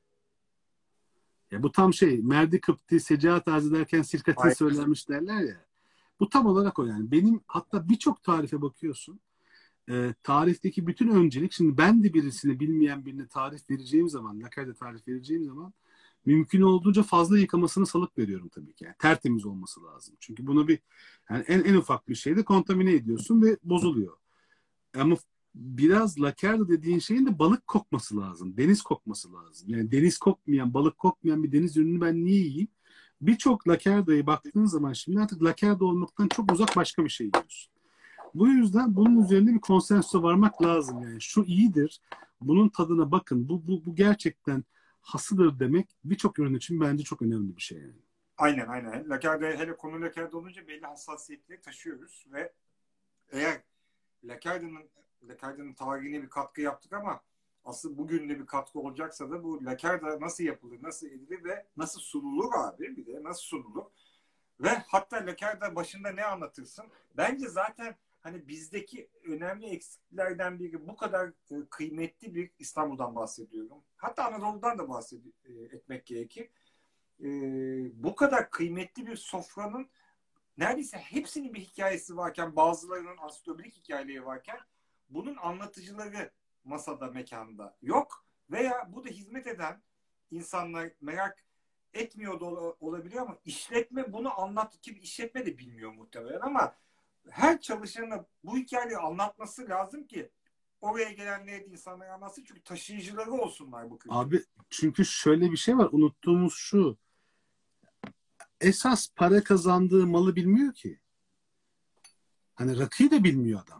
Ya bu tam şey, merdi kıpti secaat arz ederken sirkatin söylenmiş derler ya. Bu tam olarak o yani. Benim hatta birçok tarife bakıyorsun. E, tarifteki bütün öncelik, şimdi ben de birisini bilmeyen birine tarif vereceğim zaman, lakerde tarif vereceğim zaman mümkün olduğunca fazla yıkamasını salık veriyorum tabii ki. Yani tertemiz olması lazım. Çünkü bunu bir yani en, en ufak bir şeyde kontamine ediyorsun ve bozuluyor. Ama biraz lakerda dediğin şeyin de balık kokması lazım. Deniz kokması lazım. Yani deniz kokmayan, balık kokmayan bir deniz ürünü ben niye yiyeyim? Birçok lakerdaya baktığın zaman şimdi artık lakerda olmaktan çok uzak başka bir şey yiyorsun. Bu yüzden bunun üzerinde bir konsensusa varmak lazım. Yani şu iyidir, bunun tadına bakın, bu, bu, bu gerçekten hasıdır demek birçok ürün için bence çok önemli bir şey yani. Aynen aynen. Lakerde, hele konu lakerde olunca belli hassasiyetleri taşıyoruz ve eğer Lakerde'nin Lakerde'nin tarihine bir katkı yaptık ama asıl bugün de bir katkı olacaksa da bu Lakerde nasıl yapılır, nasıl edilir ve nasıl sunulur abi, bir de nasıl sunulur. Ve hatta Lakerde başında ne anlatırsın? Bence zaten hani bizdeki önemli eksiklerden biri, bu kadar kıymetli bir, İstanbul'dan bahsediyorum. Hatta Anadolu'dan da bahsetmek gerekir. Bu kadar kıymetli bir sofranın neredeyse hepsinin bir hikayesi varken, bazılarının ansiklopedik hikayeleri varken, bunun anlatıcıları masada, mekanda yok. Veya bu da hizmet eden insanlar merak etmiyor da olabiliyor ama işletme bunu anlat ki, işletme de bilmiyor muhtemelen ama her çalışanına bu hikayeyi anlatması lazım ki oraya gelenlere de insanlara anlatsın, çünkü taşıyıcıları olsunlar bu kültürün. Abi çünkü şöyle bir şey var, unuttuğumuz şu: esas para kazandığı malı bilmiyor ki. Hani rakıyı da bilmiyor adam.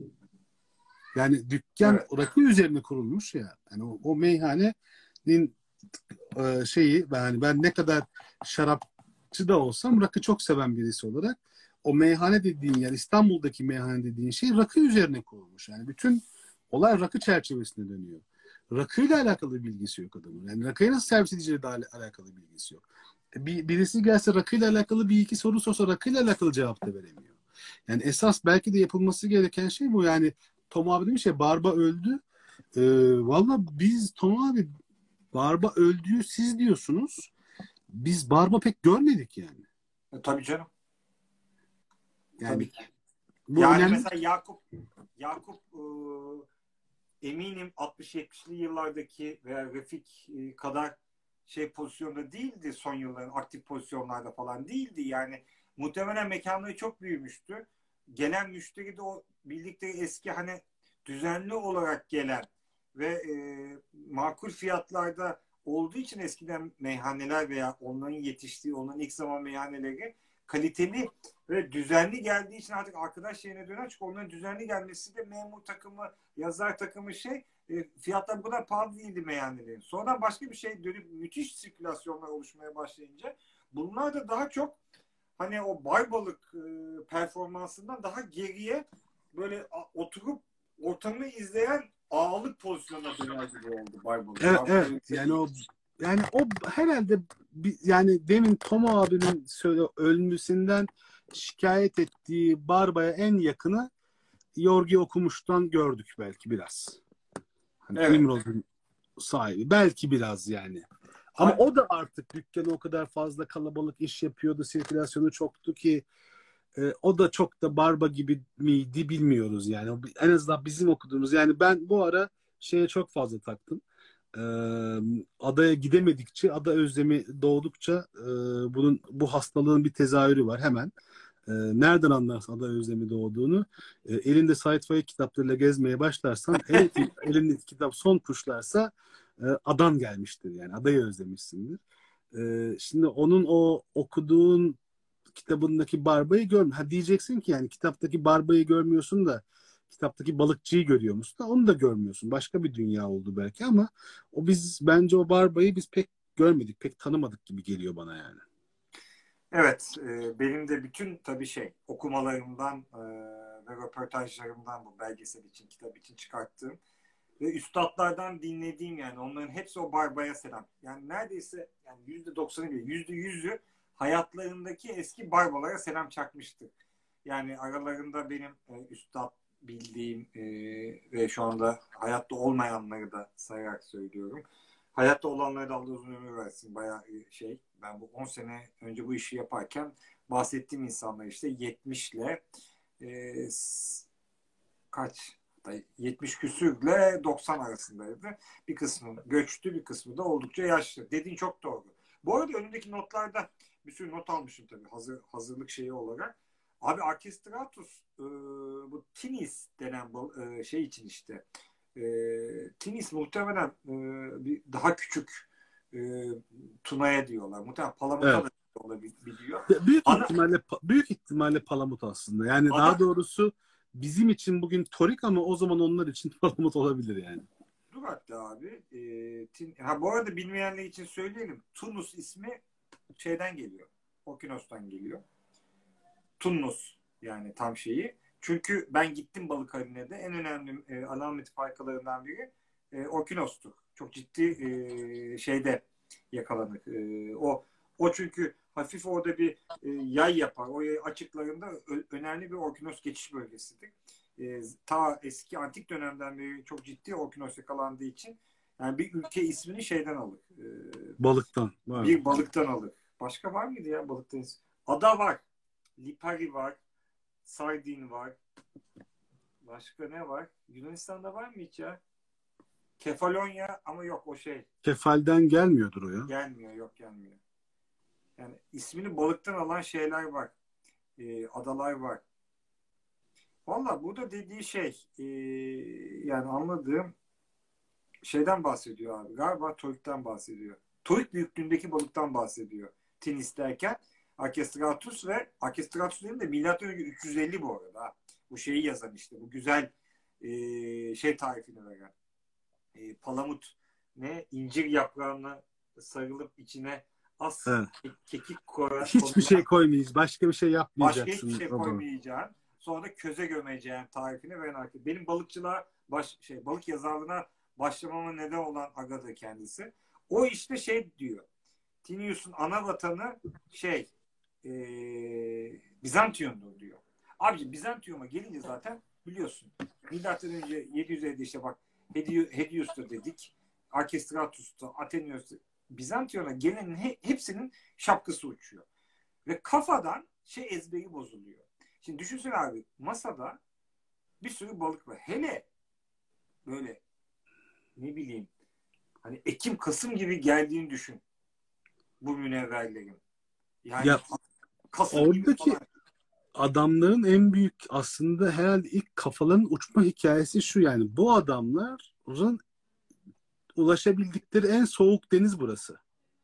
Yani dükkan Evet. rakı üzerine kurulmuş ya. Yani o, o meyhanenin e, şeyi, yani ben ne kadar şarapçı da olsam rakı çok seven birisi olarak, o meyhane dediğin yer, İstanbul'daki meyhane dediğin şey rakı üzerine kurulmuş. Yani bütün olay rakı çerçevesinde dönüyor. Rakıyla alakalı bilgisi yok adamın. Yani rakıyı nasıl servis edeceğiyle de alakalı bilgisi yok. Bir, birisi gelse rakıyla alakalı bir iki soru sorsa rakıyla alakalı cevap da veremiyor. Yani esas belki de yapılması gereken şey bu. Yani Tom abi demiş ya, Barba öldü. Ee, Valla biz Tom abi, Barba öldüğü siz diyorsunuz. Biz Barba pek görmedik yani. E, tabii canım. Yani Tabii ki. bu Yani önemli. mesela Yakup Yakup e, eminim altmış yetmişli yıllardaki veya Refik e, kadar şey pozisyonda değildi, son yılların aktif pozisyonlarda falan değildi. Yani muhtemelen mekanları çok büyümüştü. Gelen müşteri de o bildikleri eski, hani düzenli olarak gelen ve e, makul fiyatlarda olduğu için eskiden meyhaneler veya onların yetiştiği, onların ilk zaman meyhaneleri kaliteli ve düzenli geldiği için artık arkadaş yerine döner. Çünkü onların düzenli gelmesi de memur takımı, yazar takımı şey, e, fiyatlar bu kadar pahalı değildi meyhanelerin. Sonradan başka bir şey dönüp müthiş sirkülasyonlar oluşmaya başlayınca bunlar da daha çok hani o baybalık e, performansından daha geriye böyle a, oturup ortamı izleyen ağalık pozisyonuna döner gibi oldu baybalık. Evet, Ya, evet. Yani o yani o herhalde bir, yani demin Tom abinin söyle ölmesinden şikayet ettiği Barba'ya en yakını Yorgi Okumuş'tan gördük belki biraz. Hani evet. İmrod'un sahibi. Belki biraz yani. Ama o da artık dükkanı o kadar fazla kalabalık iş yapıyordu. Sirkülasyonu çoktu ki e, o da çok da Barba gibi miydi bilmiyoruz yani. En azından bizim okuduğumuz. Yani ben bu ara şeye çok fazla taktım. E, adaya gidemedikçe, ada özlemi doğdukça e, bunun, bu hastalığın bir tezahürü var hemen. E, nereden anlarsın ada özlemi doğduğunu? E, elinde Said Faik kitaplarıyla gezmeye başlarsan, eğer ki elindeki kitap son kuşlarsa e, adan gelmiştir yani. Adayı özlemişsindir. E, şimdi onun o okuduğun kitabındaki Barba'yı görmüyor. Ha diyeceksin ki yani kitaptaki Barba'yı görmüyorsun da kitaptaki balıkçıyı görüyor musun? Da onu da görmüyorsun. Başka bir dünya oldu belki ama o biz bence o Barba'yı biz pek görmedik, pek tanımadık gibi geliyor bana yani. Evet, e, benim de bütün tabii şey okumalarımdan e, ve röportajlarımdan, bu belgesel için, kitap için çıkarttığım ve üstadlardan dinlediğim, yani onların hepsi o Barba'ya selam. Yani neredeyse yani yüzde doksanı bile, yüzde yüzü hayatlarındaki eski Barbalara selam çakmıştı. Yani aralarında benim e, üstad bildiğim e, ve şu anda hayatta olmayanları da sayarak söylüyorum. Hayatta olanlara da Allah uzun ömür versin. Bayağı şey. Ben bu on sene önce bu işi yaparken bahsettiğim insanlar işte yetmişle e, kaç? yetmiş küsürle doksan arasındaydı. Bir kısmı göçtü, bir kısmı da oldukça yaşlı. Dediğin çok doğru. Bu arada önümdeki notlarda bir sürü not almışım tabii hazır, hazırlık şeyi olarak. Abi Archestratus e, bu Tinis denen bu, e, şey için işte e, Tinis muhtemelen e, bir daha küçük e, Tuna'ya diyorlar. Muhtemelen Palamut'a Evet. da olabiliyor. Büyük Ana, ihtimalle büyük ihtimalle palamut aslında. Yani ana, daha doğrusu bizim için bugün torik ama o zaman onlar için palamut olabilir yani. dur hatta abi. E, tin, ha, bu arada bilmeyenler için söyleyelim. Tunus ismi şeyden geliyor. Okinos'tan geliyor. Tunnus yani tam şeyi. Çünkü ben gittim balık haline de en önemli e, alamet parkalarından biri e, Okinos'tu. Çok ciddi e, şeyde yakalanır. E, o o çünkü hafif orada bir e, yay yapar. O yay açıklarında ö- önemli bir Okinos geçiş bölgesidir. E, ta eski antik dönemden beri çok ciddi Okinos yakalandığı için yani bir ülke ismini şeyden alır. E, Balıktan. Var mı? bir balıktan alır. Başka var mıydı ya balıktan? Ada var. Lipari var. Sardin var. Başka ne var? Yunanistan'da var mı hiç ya? Kefalonya ama yok o şey. Kefalden gelmiyordur o ya. Gelmiyor yok gelmiyor. Yani ismini balıktan alan şeyler var. Ee, adalar var. Valla burada dediği şey ee, yani anladığım şeyden bahsediyor abi. Galiba Toik'ten bahsediyor. Toik büyüklüğündeki balıktan bahsediyor. Tinis derken Archestratus ve Archestratus değil de milattan önce üç yüz elli bu arada. Bu şeyi yazan işte. Bu güzel e, şey tarifini veren. E, palamut ne? İncir yaprağına sarılıp içine az Evet. kekik koyar. Hiçbir şey koymayacağız. Başka bir şey Başka yapmayacaksın. hiçbir şey baba. koymayacağın. Sonra da köze gömeceğin tarifini veren arkadaş. Benim balıkçılığa baş, şey balık yazarlığına başlamama neden olan agadır kendisi. O işte şey diyor. Tinius'un ana vatanı şey e, Bizantyum'dur diyor. Abiciğim Bizantyum'a gelince zaten biliyorsun. Milattan önce yedi yüz ellide işte bak Hedius'ta dedik. Archestratus'ta, Athenius'ta. Bizantyum'a gelenin he, hepsinin şapkası uçuyor. Ve kafadan şey ezberi bozuluyor. Şimdi düşünsene abi masada bir sürü balık var. Hele böyle ne bileyim hani Ekim Kasım gibi geldiğini düşün. Bu münevverlerin. Yani Ya Kasım gibi oradaki falan. adamların en büyük aslında herhalde ilk kafaların uçma hikayesi şu yani. Bu adamların ulaşabildikleri en soğuk deniz burası.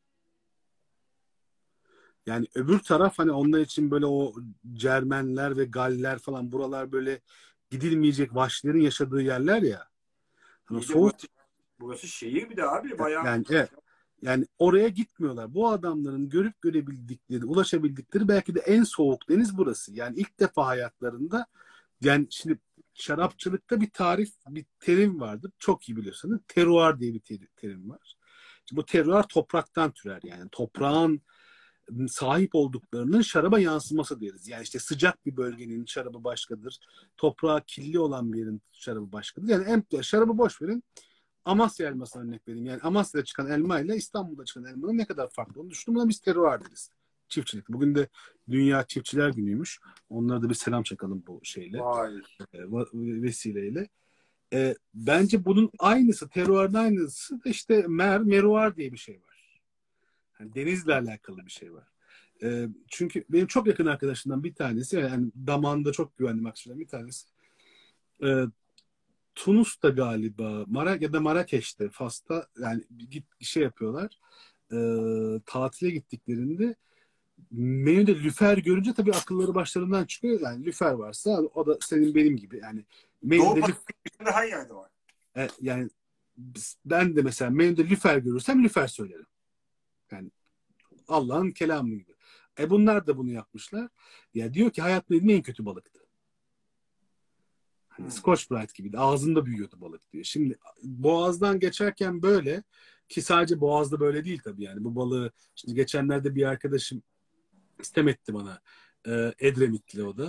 Yani öbür taraf hani onlar için böyle o Cermenler ve Galler falan buralar böyle gidilmeyecek vahşilerin yaşadığı yerler ya. Hani İyi de soğuk burası, burası şehir bir de abi bayağı. yani evet. Yani oraya gitmiyorlar. Bu adamların görüp görebildikleri, ulaşabildikleri belki de en soğuk deniz burası. Yani ilk defa hayatlarında yani şimdi şarapçılıkta bir tarif, bir terim vardır. Çok iyi biliyorsanız. Terroir diye bir terim var. Şimdi bu terroir topraktan türer yani. Toprağın sahip olduklarının şaraba yansıması deriz. Yani işte sıcak bir bölgenin şarabı başkadır. Toprağı kirli olan bir yerin şarabı başkadır. Yani en, şarabı boş verin. Amasya elmasına örnek vereyim. Yani Amasya'da çıkan elma ile İstanbul'da çıkan elmanın ne kadar farklı olduğunu düşünün. Buna biz terroir deriz. Çiftçilik. Bugün de Dünya Çiftçiler Günü'ymüş. Onlara da bir selam çakalım bu şeyle. Vay. E, vesileyle. E, bence bunun aynısı, terroir'ın aynısı da işte mer, meruar diye bir şey var. Yani denizle alakalı bir şey var. E, çünkü benim çok yakın arkadaşımdan bir tanesi, yani damağında çok güvendiğim arkadaşımdan bir tanesi. E, Tunus'ta galiba Mara ya da Marrakeş'te Fas'ta yani git şey yapıyorlar. E, tatile gittiklerinde menüde lüfer görünce tabii akılları başlarından çıkıyor. Yani lüfer varsa o da senin benim gibi yani Doğu menüde lüfer, Pakistan'da her yerde var. e, yani ben de mesela menüde lüfer görürsem lüfer söylerim. Yani Allah'ın kelamı gibi. E bunlar da bunu yapmışlar. Ya diyor ki hayatımda yediğim en kötü balıktı. Hani Hmm. Scotch Brite gibiydi. Ağzında büyüyordu balık diyor. Şimdi boğazdan geçerken böyle ki sadece boğazda böyle değil tabii yani. Bu balığı şimdi geçenlerde bir arkadaşım istem etti bana. Ee, Edremitli o da.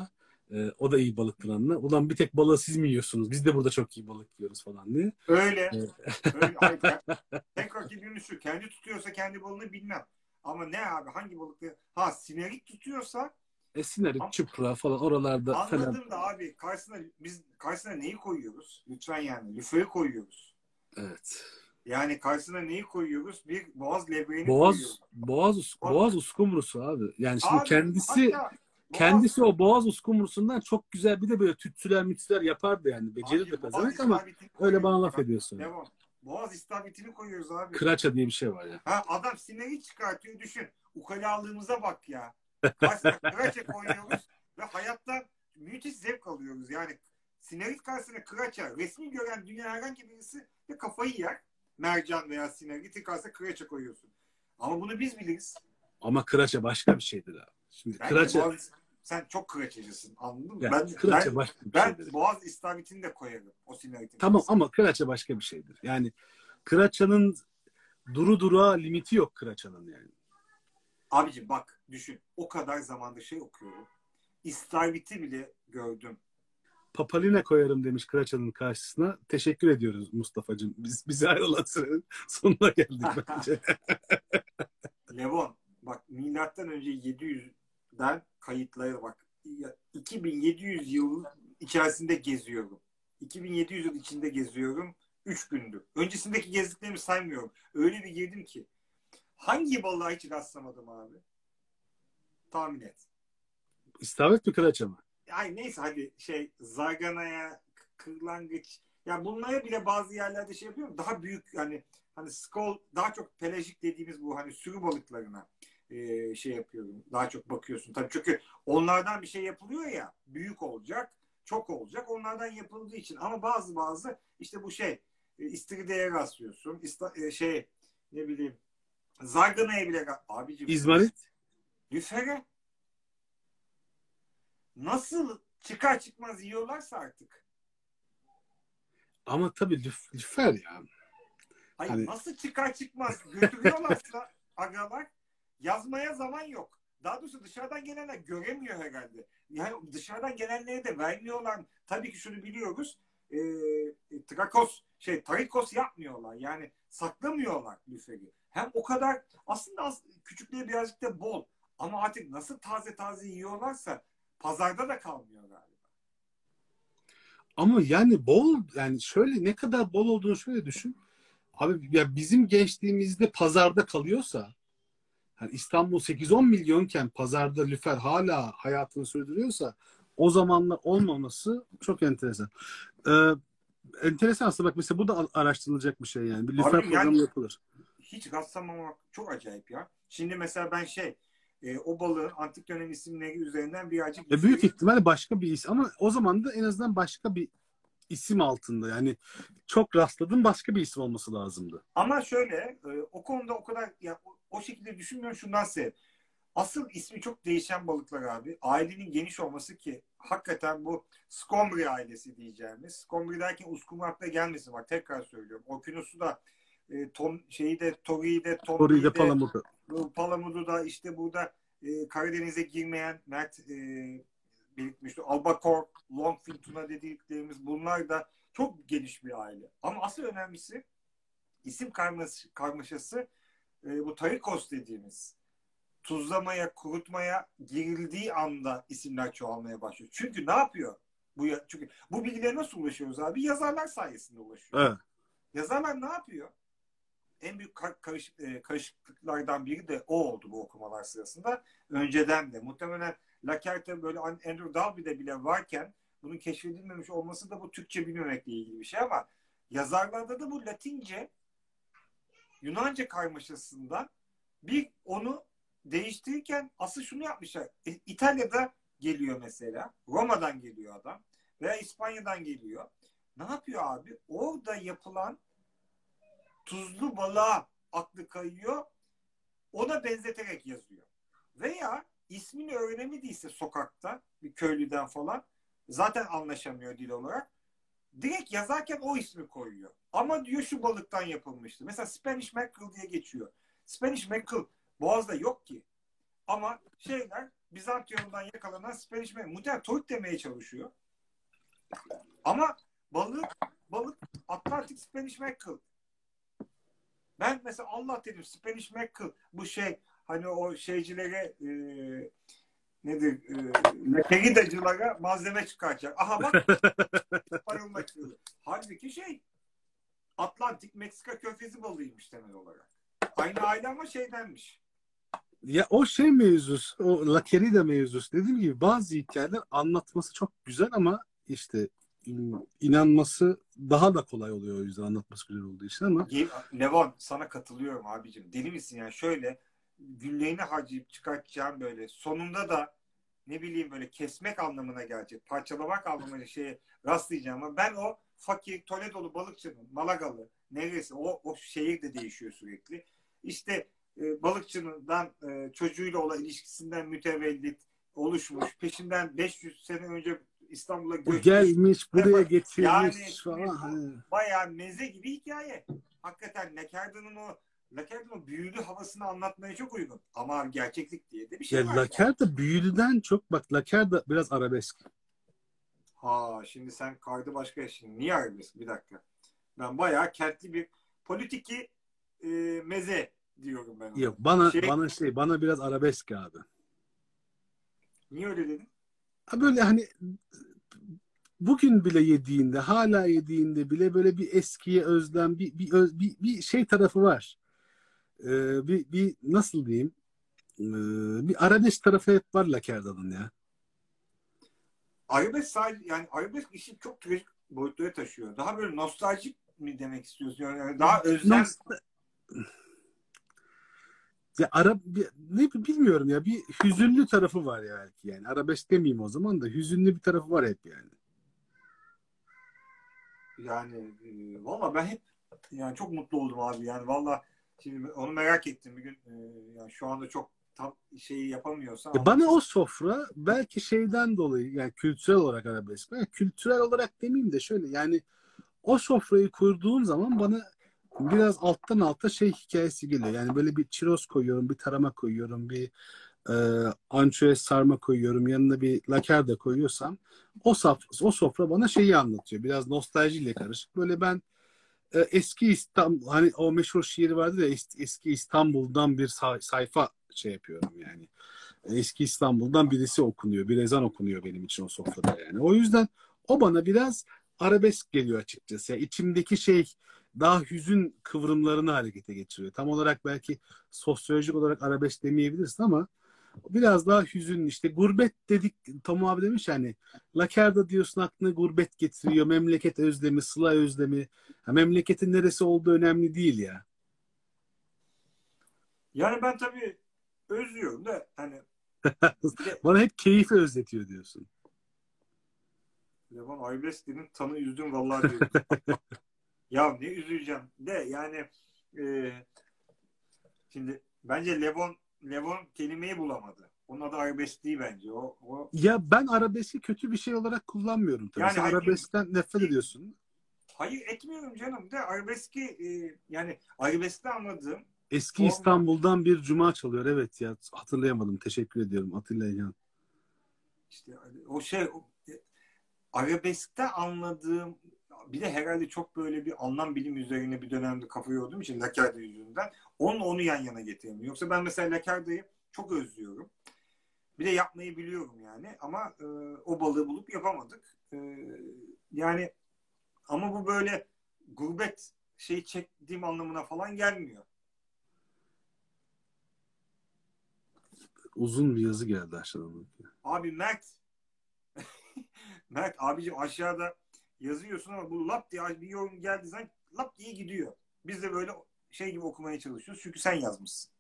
Ee, o da iyi balıktır anla. Ulan bir tek balığı siz mi yiyorsunuz? Biz de burada çok iyi balık yiyoruz falan diye. Öyle. Evet. Öyle. Hayır, ke- tek rakibimiz şu. Kendi tutuyorsa kendi balığını bilmem. Ama ne abi hangi balıklı? Ha sinerik tutuyorsa E, Sinarit, am- Çupra falan oralarda falan. anladım da abi karşısına biz karşısına neyi koyuyoruz? Lütfen yani. Lüferi koyuyoruz. Evet. Yani karşısına neyi koyuyoruz? Bir boğaz levreğini Boğaz koyuyoruz. Boğaz us- O- Boğaz uskumrusu abi. Yani şimdi Abi kendisi hatta boğaz kendisi o Boğaz uskumrusundan çok güzel bir de böyle tütsüler mütsüler yapardı yani. Becerirdi Abicim boğaz pezevenk ama istavritini öyle koyuyoruz bana laf ya. ediyorsun. Devam. Boğaz istavritini koyuyoruz abi. Kıraça diye bir şey var ya. Ha adam siniri çıkartıyor düşün. Ukalalığımıza bak ya. Karşısına kıraça koyuyoruz ve hayattan müthiş zevk alıyoruz. Yani sinerit karşısına kıraça resmi gören dünya herhangi birisi de kafayı yer. Mercan veya sineriti karşısına kıraça koyuyorsun. Ama bunu biz biliriz. Ama kıraça başka bir şeydir abi. Şimdi Bence kıraça boğaz, sen çok kıraçacısın anladın mı? yani Ben, kıraça ben, başka bir ben şeydir. boğaz istavritini de koyarım o sineritin Tamam karşısına. ama kıraça başka bir şeydir. Yani kıraçanın duru duruğa limiti yok kıraçanın yani. Abicim bak düşün. O kadar zamanda şey okuyorum. İstavriti bile gördüm. Papaline koyarım demiş kıraçanın karşısına. Teşekkür ediyoruz Mustafa'cığım. Biz bize ayrılan sürenin sonuna geldik bence. Levon bak milattan önce yedi yüzden kayıtlara bak. iki bin yedi yüz yıl içerisinde geziyorum. iki bin yedi yüz yıl içinde geziyorum. üç gündür. Öncesindeki gezdiklerimi saymıyorum. Öyle bir girdim ki. Hangi balığa hiç rastlamadım abi? Tahmin et. İstavrit mi kıraça mı? Ay neyse hadi şey zarganaya, kırlangıç. Ya bunlara bile bazı yerlerde şey yapıyorum. Daha büyük hani hani skol daha çok pelajik dediğimiz bu hani sürü balıklarına e, şey yapıyorum. Daha çok bakıyorsun. Tabii çünkü onlardan bir şey yapılıyor ya. Büyük olacak, çok olacak. Onlardan yapıldığı için ama bazı bazı işte bu şey e, istiridye rastlıyorsun. İsta, e, şey ne bileyim zarganaya bile abicim İzmarit. lüfere nasıl çıkar çıkmaz yiyorlarsa artık. Ama tabii lüf, lüfer ya. Hayır Hani nasıl çıkar çıkmaz götürüyorlarsa agalar yazmaya zaman yok. Daha doğrusu dışarıdan gelenler göremiyor herhalde. Yani dışarıdan gelenlere de vermiyorlar. Tabii ki şunu biliyoruz. E, trakos şey tarikos yapmıyorlar. Yani saklamıyorlar lüferi. Hem o kadar aslında az, küçükleri birazcık da bol. Ama artık nasıl taze taze yiyorlarsa pazarda da kalmıyor galiba. ama yani bol yani şöyle ne kadar bol olduğunu şöyle düşün. Abi ya bizim gençliğimizde pazarda kalıyorsa yani İstanbul sekiz on milyonken pazarda lüfer hala hayatını sürdürüyorsa o zamanlar olmaması çok enteresan. Ee, enteresan aslında bak mesela bu da araştırılacak bir şey yani. Bir lüfer Abim yani programı yapılır. hiç rastlamamak çok acayip ya. Şimdi mesela ben şey e, o balığın antik dönem isimleri üzerinden birazcık E, büyük lüferi ihtimalle başka bir isim ama o zaman da en azından başka bir isim altında yani çok rastladığım başka bir isim olması lazımdı. ama şöyle e, o konuda o kadar ya, o, o şekilde düşünmüyorum şundan sebep. Asıl ismi çok değişen balıklar abi. Ailenin geniş olması ki hakikaten bu Scombri ailesi diyeceğimiz. Scombri derken uskumru aklına gelmesin bak tekrar söylüyorum. Okyanusu da e, ton, şeyi de Tori'yi de Orayı Tombi'yi de Palamut'u. bu Palamut'u da işte burada e, Karadeniz'e girmeyen Mert e, belirtmişti. Albacore, Longfin tuna dediklerimiz bunlar da çok geniş bir aile. Ama asıl önemlisi isim karmaş, karmaşası e, bu Tarikos dediğimiz tuzlamaya, kurutmaya girildiği anda isimler çoğalmaya başlıyor. Çünkü ne yapıyor? Bu çünkü bu bilgilere nasıl ulaşıyoruz abi? Yazarlar sayesinde ulaşıyor. Evet. Yazarlar ne yapıyor? En büyük karışık, karışıklıklardan biri de o oldu bu okumalar sırasında. Önceden de muhtemelen Lacerte böyle Andrew Dalby'de bile varken bunun keşfedilmemiş olması da bu Türkçe bilmemekle ilgili bir şey ama yazarlarda da bu Latince Yunanca karmaşasından bir onu değiştirirken asıl şunu yapmışlar. İtalya'da geliyor mesela. Roma'dan geliyor adam. Veya İspanya'dan geliyor. Ne yapıyor abi? Orada yapılan tuzlu balığa aklı kayıyor. Ona benzeterek yazıyor. Veya ismini öğrenemediyse sokakta bir köylüden falan zaten anlaşamıyor dil olarak. Direkt yazarken o ismi koyuyor. Ama diyor şu balıktan yapılmıştı. Mesela Spanish mackerel diye geçiyor. Spanish mackerel Boğaz'da yok ki. Ama şeyler Bizantium'dan yakalanan Spanish Mackerel. Muhtemelen toit demeye çalışıyor. Ama balık balık Atlantik Spanish Mackerel. Ben mesela Allah dedim Spanish Mackerel bu şey hani o şeycilere e, nedir e, lekeridacılara malzeme çıkaracak. Aha bak parılmak istiyor. Halbuki şey Atlantik Meksika körfezi balığıymış temel olarak. Aynı aile ama şeydenmiş. Ya o şey mevzusu, o La Querida mevzusu dediğim gibi bazı hikayeler anlatması çok güzel ama işte in- inanması daha da kolay oluyor o yüzden anlatması güzel olduğu için ama Levon sana katılıyorum abicim. Deli misin yani şöyle günlerini harcayıp çıkartacağım böyle sonunda da ne bileyim böyle kesmek anlamına gelecek, parçalamak anlamına şeye rastlayacağım ama ben o fakir Toledo'lu balıkçının, Malagalı neresi o, o şehir de değişiyor sürekli. İşte e, balıkçından e, çocuğuyla olan ilişkisinden mütevellit oluşmuş. Peşinden beş yüz sene önce İstanbul'a o göçmüş. gelmiş buraya Yani getirmiş falan. Hani. bayağı meze gibi hikaye. Hakikaten Lakerda'nın o Lakerda'nın büyülü havasını anlatmaya çok uygun. Ama gerçeklik diye de bir şey Ya var. Lacerda büyülüden çok bak Lacerda biraz arabesk. Ha şimdi sen kaydı başka şimdi. Niye arabesk? Bir dakika. Ben bayağı kentli bir politiki e, meze diyorum ben ona. Yok bana Şey, bana şey bana biraz arabesk abi. niye öyle dedin? Ha böyle hani bugün bile yediğinde, hala yediğinde bile böyle bir eskiye özlem, bir bir öz- bir, bir şey tarafı var. Ee, bir bir nasıl diyeyim? Ee, bir arabesk tarafı hep var Lakerda'nın ya. Arabesk sadece yani arabesk işi çok trajik boyutlara taşıyor. Daha böyle nostaljik mi demek istiyorsun? Yani daha özlem Nost- ya ara bir, ne bilmiyorum ya bir hüzünlü tarafı var ya belki yani. Arabesk demeyeyim o zaman da hüzünlü bir tarafı var hep yani. yani e, valla ben hep yani çok mutlu oldum abi. Yani valla şimdi onu merak ettim bir gün. E, yani şu anda çok tam şeyi yapamıyorsan Ya bana anlatırım. o sofra belki şeyden dolayı yani kültürel olarak arabesk. Yani kültürel olarak demeyeyim de şöyle yani o sofrayı kurduğum zaman bana biraz alttan alta şey hikayesi geliyor. Yani böyle bir çiroz koyuyorum, bir tarama koyuyorum, bir e, ançüez sarma koyuyorum, yanına bir laker de koyuyorsam o, saf, o sofra bana şeyi anlatıyor. Biraz nostaljiyle karışık. Böyle ben e, eski İstanbul, hani o meşhur şiir vardı ya es- eski İstanbul'dan bir say- sayfa şey yapıyorum yani. Eski İstanbul'dan birisi okunuyor, bir ezan okunuyor benim için o sofrada yani. O yüzden o bana biraz arabesk geliyor açıkçası. Yani içimdeki şey daha hüzün kıvrımlarını harekete geçiriyor. Tam olarak belki sosyolojik olarak arabesk demeyebilirsin ama biraz daha hüzün işte gurbet dedik Tom abi demiş yani Lakerda diyorsun aklına gurbet getiriyor. Memleket özlemi, sıla özlemi. Ha, memleketin neresi olduğu önemli değil ya. Yani ben tabii özlüyorum da hani bir de Bana hep keyfi özletiyor diyorsun. Levan Aybles dedin tanı üzdüm vallahi diyorum. Ya ne üzüleceğim de yani e, şimdi bence Levon Levon kelimeyi bulamadı. Onun adı arabesk değil bence. O, o Ya ben arabeski kötü bir şey olarak kullanmıyorum tabii. yani Sen hayır, arabeskten nefret ediyorsun. hayır etmiyorum canım de arabeski e, yani arabeskte anladığım Eski forma İstanbul'dan bir cuma çalıyor. Evet ya hatırlayamadım. Teşekkür ediyorum. Atilla. işte o şey o, e, arabeskte anladığım bir de herhalde çok böyle bir anlam bilim üzerine bir dönemde kafa yorduğum için Lakerda yüzünden onunla onu yan yana getiremiyorum. Yoksa ben mesela Lakerda'yı çok özlüyorum. Bir de yapmayı biliyorum yani ama e, o balığı bulup yapamadık. E, yani ama bu böyle gurbet şey çektiğim anlamına falan gelmiyor. Uzun bir yazı geldi aşağıdan. Abi Mert Mert abicim aşağıda yazıyorsun ama bu lap diye bir yorum geldiği zaman lap diye gidiyor. Biz de böyle şey gibi okumaya çalışıyoruz. Çünkü sen yazmışsın.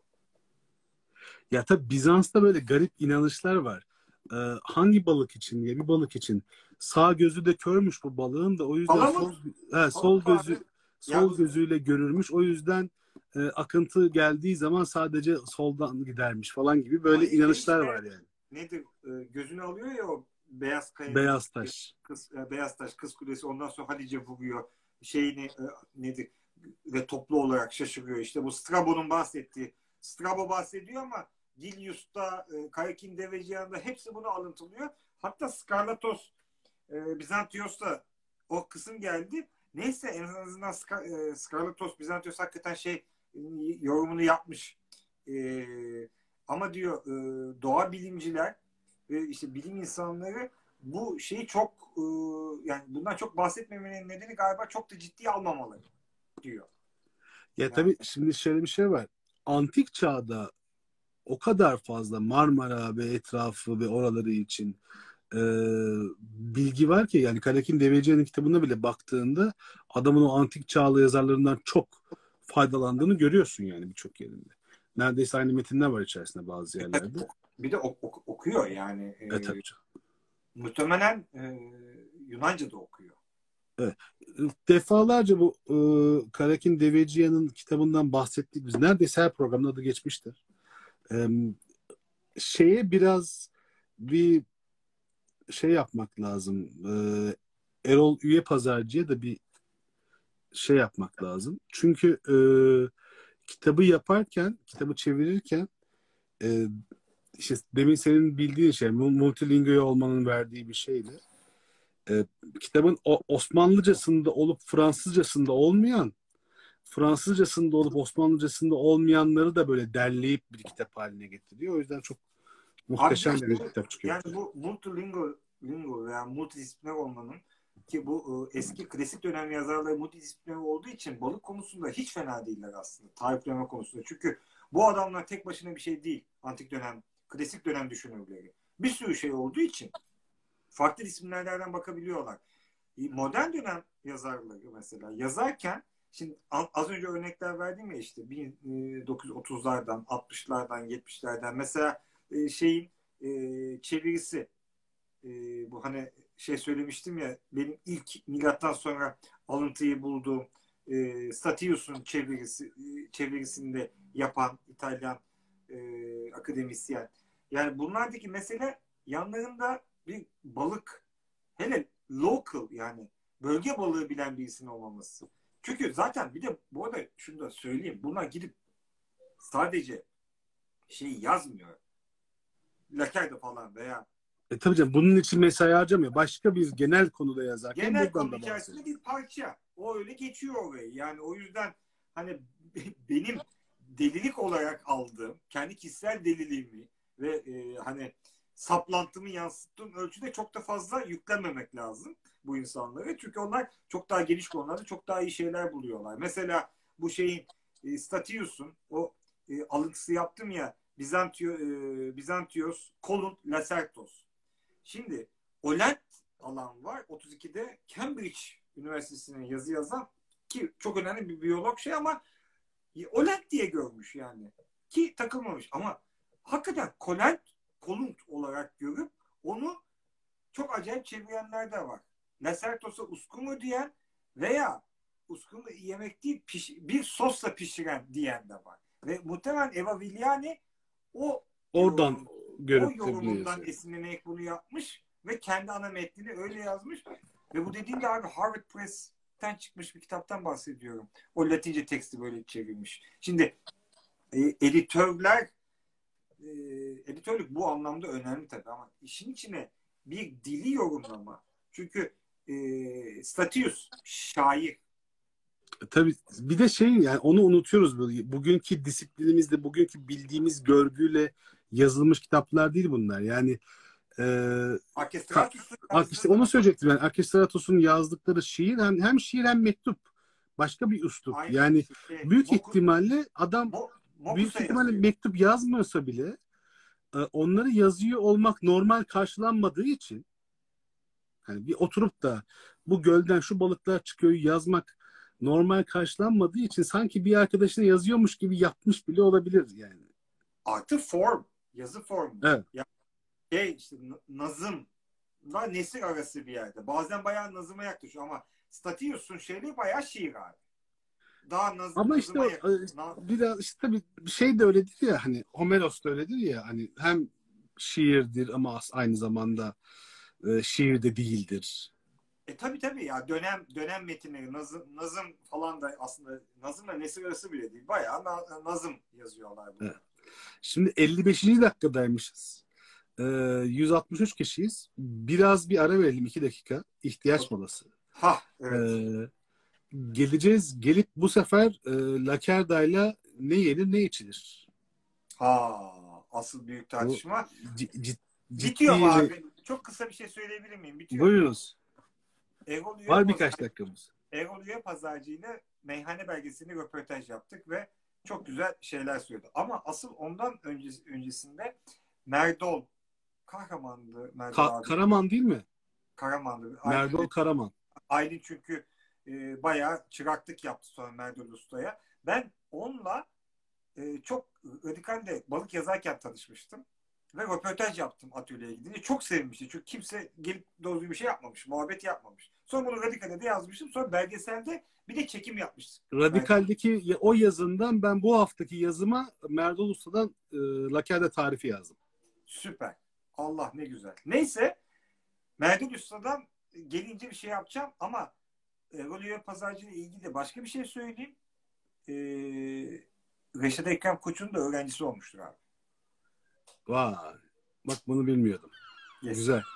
Ya tabii Bizans'ta böyle garip inanışlar var. Ee, hangi balık için diye bir balık için sağ gözü de körmüş bu balığın da o yüzden Palamut. sol he, sol Palamut abi. gözü Ya sol bu gözüyle görürmüş. O yüzden e, akıntı geldiği zaman sadece soldan gidermiş falan gibi böyle hayır şey inanışlar var işte yani. nedir? E, gözünü alıyor ya o beyaz kayanın Beyaz taş. kız, e, beyaz taş kız kulesi ondan sonra Halice vuruyor. Şeyini e, nedir? Ve toplu olarak şaşırıyor. İşte bu Strabo'nun bahsettiği. Strabo bahsediyor ama Gilius'ta, e, Kayakin Deveciyan'da hepsi bunu alıntılıyor. Hatta Skarlatos, e, Bizantios'ta o kısım geldi. Neyse en azından Ska, e, Skarlatos, Bizantios hakikaten şey e, yorumunu yapmış. E, ama diyor e, doğa bilimciler ve işte bilim insanları bu şeyi çok e, yani bundan çok bahsetmemenin nedeni galiba çok da ciddiye almamaları diyor. Ya Yani, tabii şimdi şöyle bir şey var. Antik çağda o kadar fazla Marmara ve etrafı ve oraları için e, bilgi var ki yani Karakin Deveciyan'ın kitabına bile baktığında adamın o antik çağlı yazarlarından çok faydalandığını görüyorsun yani birçok yerinde. Neredeyse aynı metinler var içerisinde bazı yerlerde. bir de ok, ok, okuyor yani. E, E tabii canım. muhtemelen e, Yunanca da okuyor. Evet. Defalarca bu e, Karakin Deveciyan'ın kitabından bahsettik biz. Neredeyse her programda adı geçmiştir. E, şeye biraz bir şey yapmak lazım. Ee, Erol Üye Pazarcı'ya da bir şey yapmak lazım. Çünkü e, kitabı yaparken, kitabı çevirirken e, işte demin senin bildiğin şey multilingüe olmanın verdiği bir şeyle e, kitabın o, Osmanlıcasında olup Fransızcasında olmayan, Fransızcasında olup Osmanlıcasında olmayanları da böyle derleyip bir kitap haline getiriyor. O yüzden çok Abi muhteşem işte bir bu, kitap çıkıyor. yani bu multilingual lingual veya multidisipliner olmanın ki bu e, eski klasik dönem yazarları multidisipliner olduğu için balık konusunda hiç fena değiller aslında. Tarifleme konusunda. Çünkü bu adamlar tek başına bir şey değil. Antik dönem, klasik dönem düşünürleri. Bir sürü şey olduğu için farklı disiplinlerden bakabiliyorlar. E, Modern dönem yazarları mesela yazarken şimdi az önce örnekler verdim ya işte bin dokuz yüz otuzlardan, altmışlardan, yetmişlerden mesela e, şeyin e, çevirisi e, bu hani şey söylemiştim ya benim ilk milattan sonra alıntıyı bulduğum e, Statius'un çevirisi e, çevirisinde yapan İtalyan e, akademisyen. Yani bunlardaki mesele yanlarında bir balık hele local yani bölge balığı bilen birisinin olmaması. Çünkü zaten bir de bu arada şunu da söyleyeyim. Bunlar gidip sadece şey yazmıyor. Laker'de falan veya E tabii canım bunun için mesai harcamıyor. Başka bir genel konuda yazarken genel buradan konu da içerisinde bahsediyor. bir parça. O öyle geçiyor orayı. Yani o yüzden hani benim delilik olarak aldığım, kendi kişisel deliliğimi ve e, hani saplantımı yansıttığım ölçüde çok da fazla yüklenmemek lazım bu insanlara. Çünkü onlar çok daha geniş konularda çok daha iyi şeyler buluyorlar. Mesela bu şeyin e, Statius'un o e, alıntısı yaptım ya Bizantio, e, Bizantios, Kolund, Lasertos. Şimdi Olent alan var. otuz ikide Cambridge Üniversitesi'ne yazı yazan ki çok önemli bir biyolog şey ama Olent diye görmüş yani. Ki takılmamış ama hakikaten Kolent Kolund olarak görüp onu çok acayip çevirenler de var. Lasertos'a uskumu diyen veya uskumu yemek değil piş, bir sosla pişiren diyen de var. Ve muhtemelen Eva Vigliani o Oradan yorum, o görüp de bunu yorumundan yazıyor. esinlenerek bunu yapmış ve kendi ana metnini öyle yazmış. Ve bu dediğim gibi abi Harvard Press'ten çıkmış bir kitaptan bahsediyorum. O Latince teksti böyle çevirmiş. Şimdi e, editörler e, editörlük bu anlamda önemli tabii ama işin içine bir dili yorumlama. Çünkü e, Statius şair. E tabii bir de şey yani onu unutuyoruz. Böyle. Bugünkü disiplinimizde, bugünkü bildiğimiz görgüyle yazılmış kitaplar değil bunlar. Yani e, ka- Orkestratus'un Ak- işte yazdığı onu söyleyecektim. Yani Akistratos'un yazdıkları şiir hem, hem şiir hem mektup. Başka bir üslup. aynen Yani işte büyük Moku, ihtimalle adam Mo, büyük Mokus'a ihtimalle yazıyor. mektup yazmıyorsa bile e, onları yazıyor olmak normal karşılanmadığı için hani bir oturup da bu gölden şu balıklar çıkıyor yazmak normal karşılanmadığı için sanki bir arkadaşına yazıyormuş gibi yapmış bile olabilir yani. Artı form. Yazı formu. Evet. Ya şey işte nazımla nesir arası bir yerde. Bazen bayağı nazıma yaklaşıyor ama Statius'un şeyleri bayağı şiir abi. Daha naz, Ama işte nazıma o, yakın. e, biraz işte tabii bir şey de öyledir ya hani Homeros da öyledir ya hani hem şiirdir ama aynı zamanda e, şiir de değildir. E tabii tabii ya dönem dönem metinleri nazım, nazım falan da aslında nazımla nesir arası bile değil. Bayağı na, nazım yazıyorlar Evet. burada. Şimdi elli beşinci dakikadaymışız. Ee, yüz altmış üç kişiyiz. Biraz bir ara verelim, iki dakika. İhtiyaç molası. Ha evet. Ee, geleceğiz. Gelip bu sefer e, Lakerda'yla ne yenir ne içilir. Ha asıl büyük tartışma. C- cid- Bitiyor mu ciddi ve... abi? Çok kısa bir şey söyleyebilir miyim? Bitiyor mu? Buyurunuz. Erol Üye Var birkaç Pazar- dakikamız. Erol Üye Pazarcı ile meyhane belgesini röportaj yaptık ve çok güzel şeyler söyledi. Ama asıl ondan önce, öncesinde Merdol Kahraman'dı Merdol Ka- abi. Karaman değil mi? Karaman'dı. Merdol Aylin, Karaman. Aylin çünkü e, bayağı çıraklık yaptı sonra Merdol Usta'ya. Ben onunla e, çok radikalde balık yazarken tanışmıştım. Ve röportaj yaptım atölyeye gidince. Çok sevinmişti. Çünkü kimse gelip doğru bir şey yapmamış. Muhabbet yapmamış. Sonra bunu Radikal'de de yazmıştım. Sonra belgeselde bir de çekim yapmıştım. Radikal'deki ya- o yazından ben bu haftaki yazıma Merdol Usta'dan e, Lakerda tarifi yazdım. Süper. Allah ne güzel. Neyse Merdin Usta'dan gelince bir şey yapacağım ama Erol Üye Pazarcı ile ilgili de başka bir şey söyleyeyim. Ee, Reşat Ekrem Koç'un da öğrencisi olmuştur abi. Vay. Bak bunu bilmiyordum. Yes. Güzel.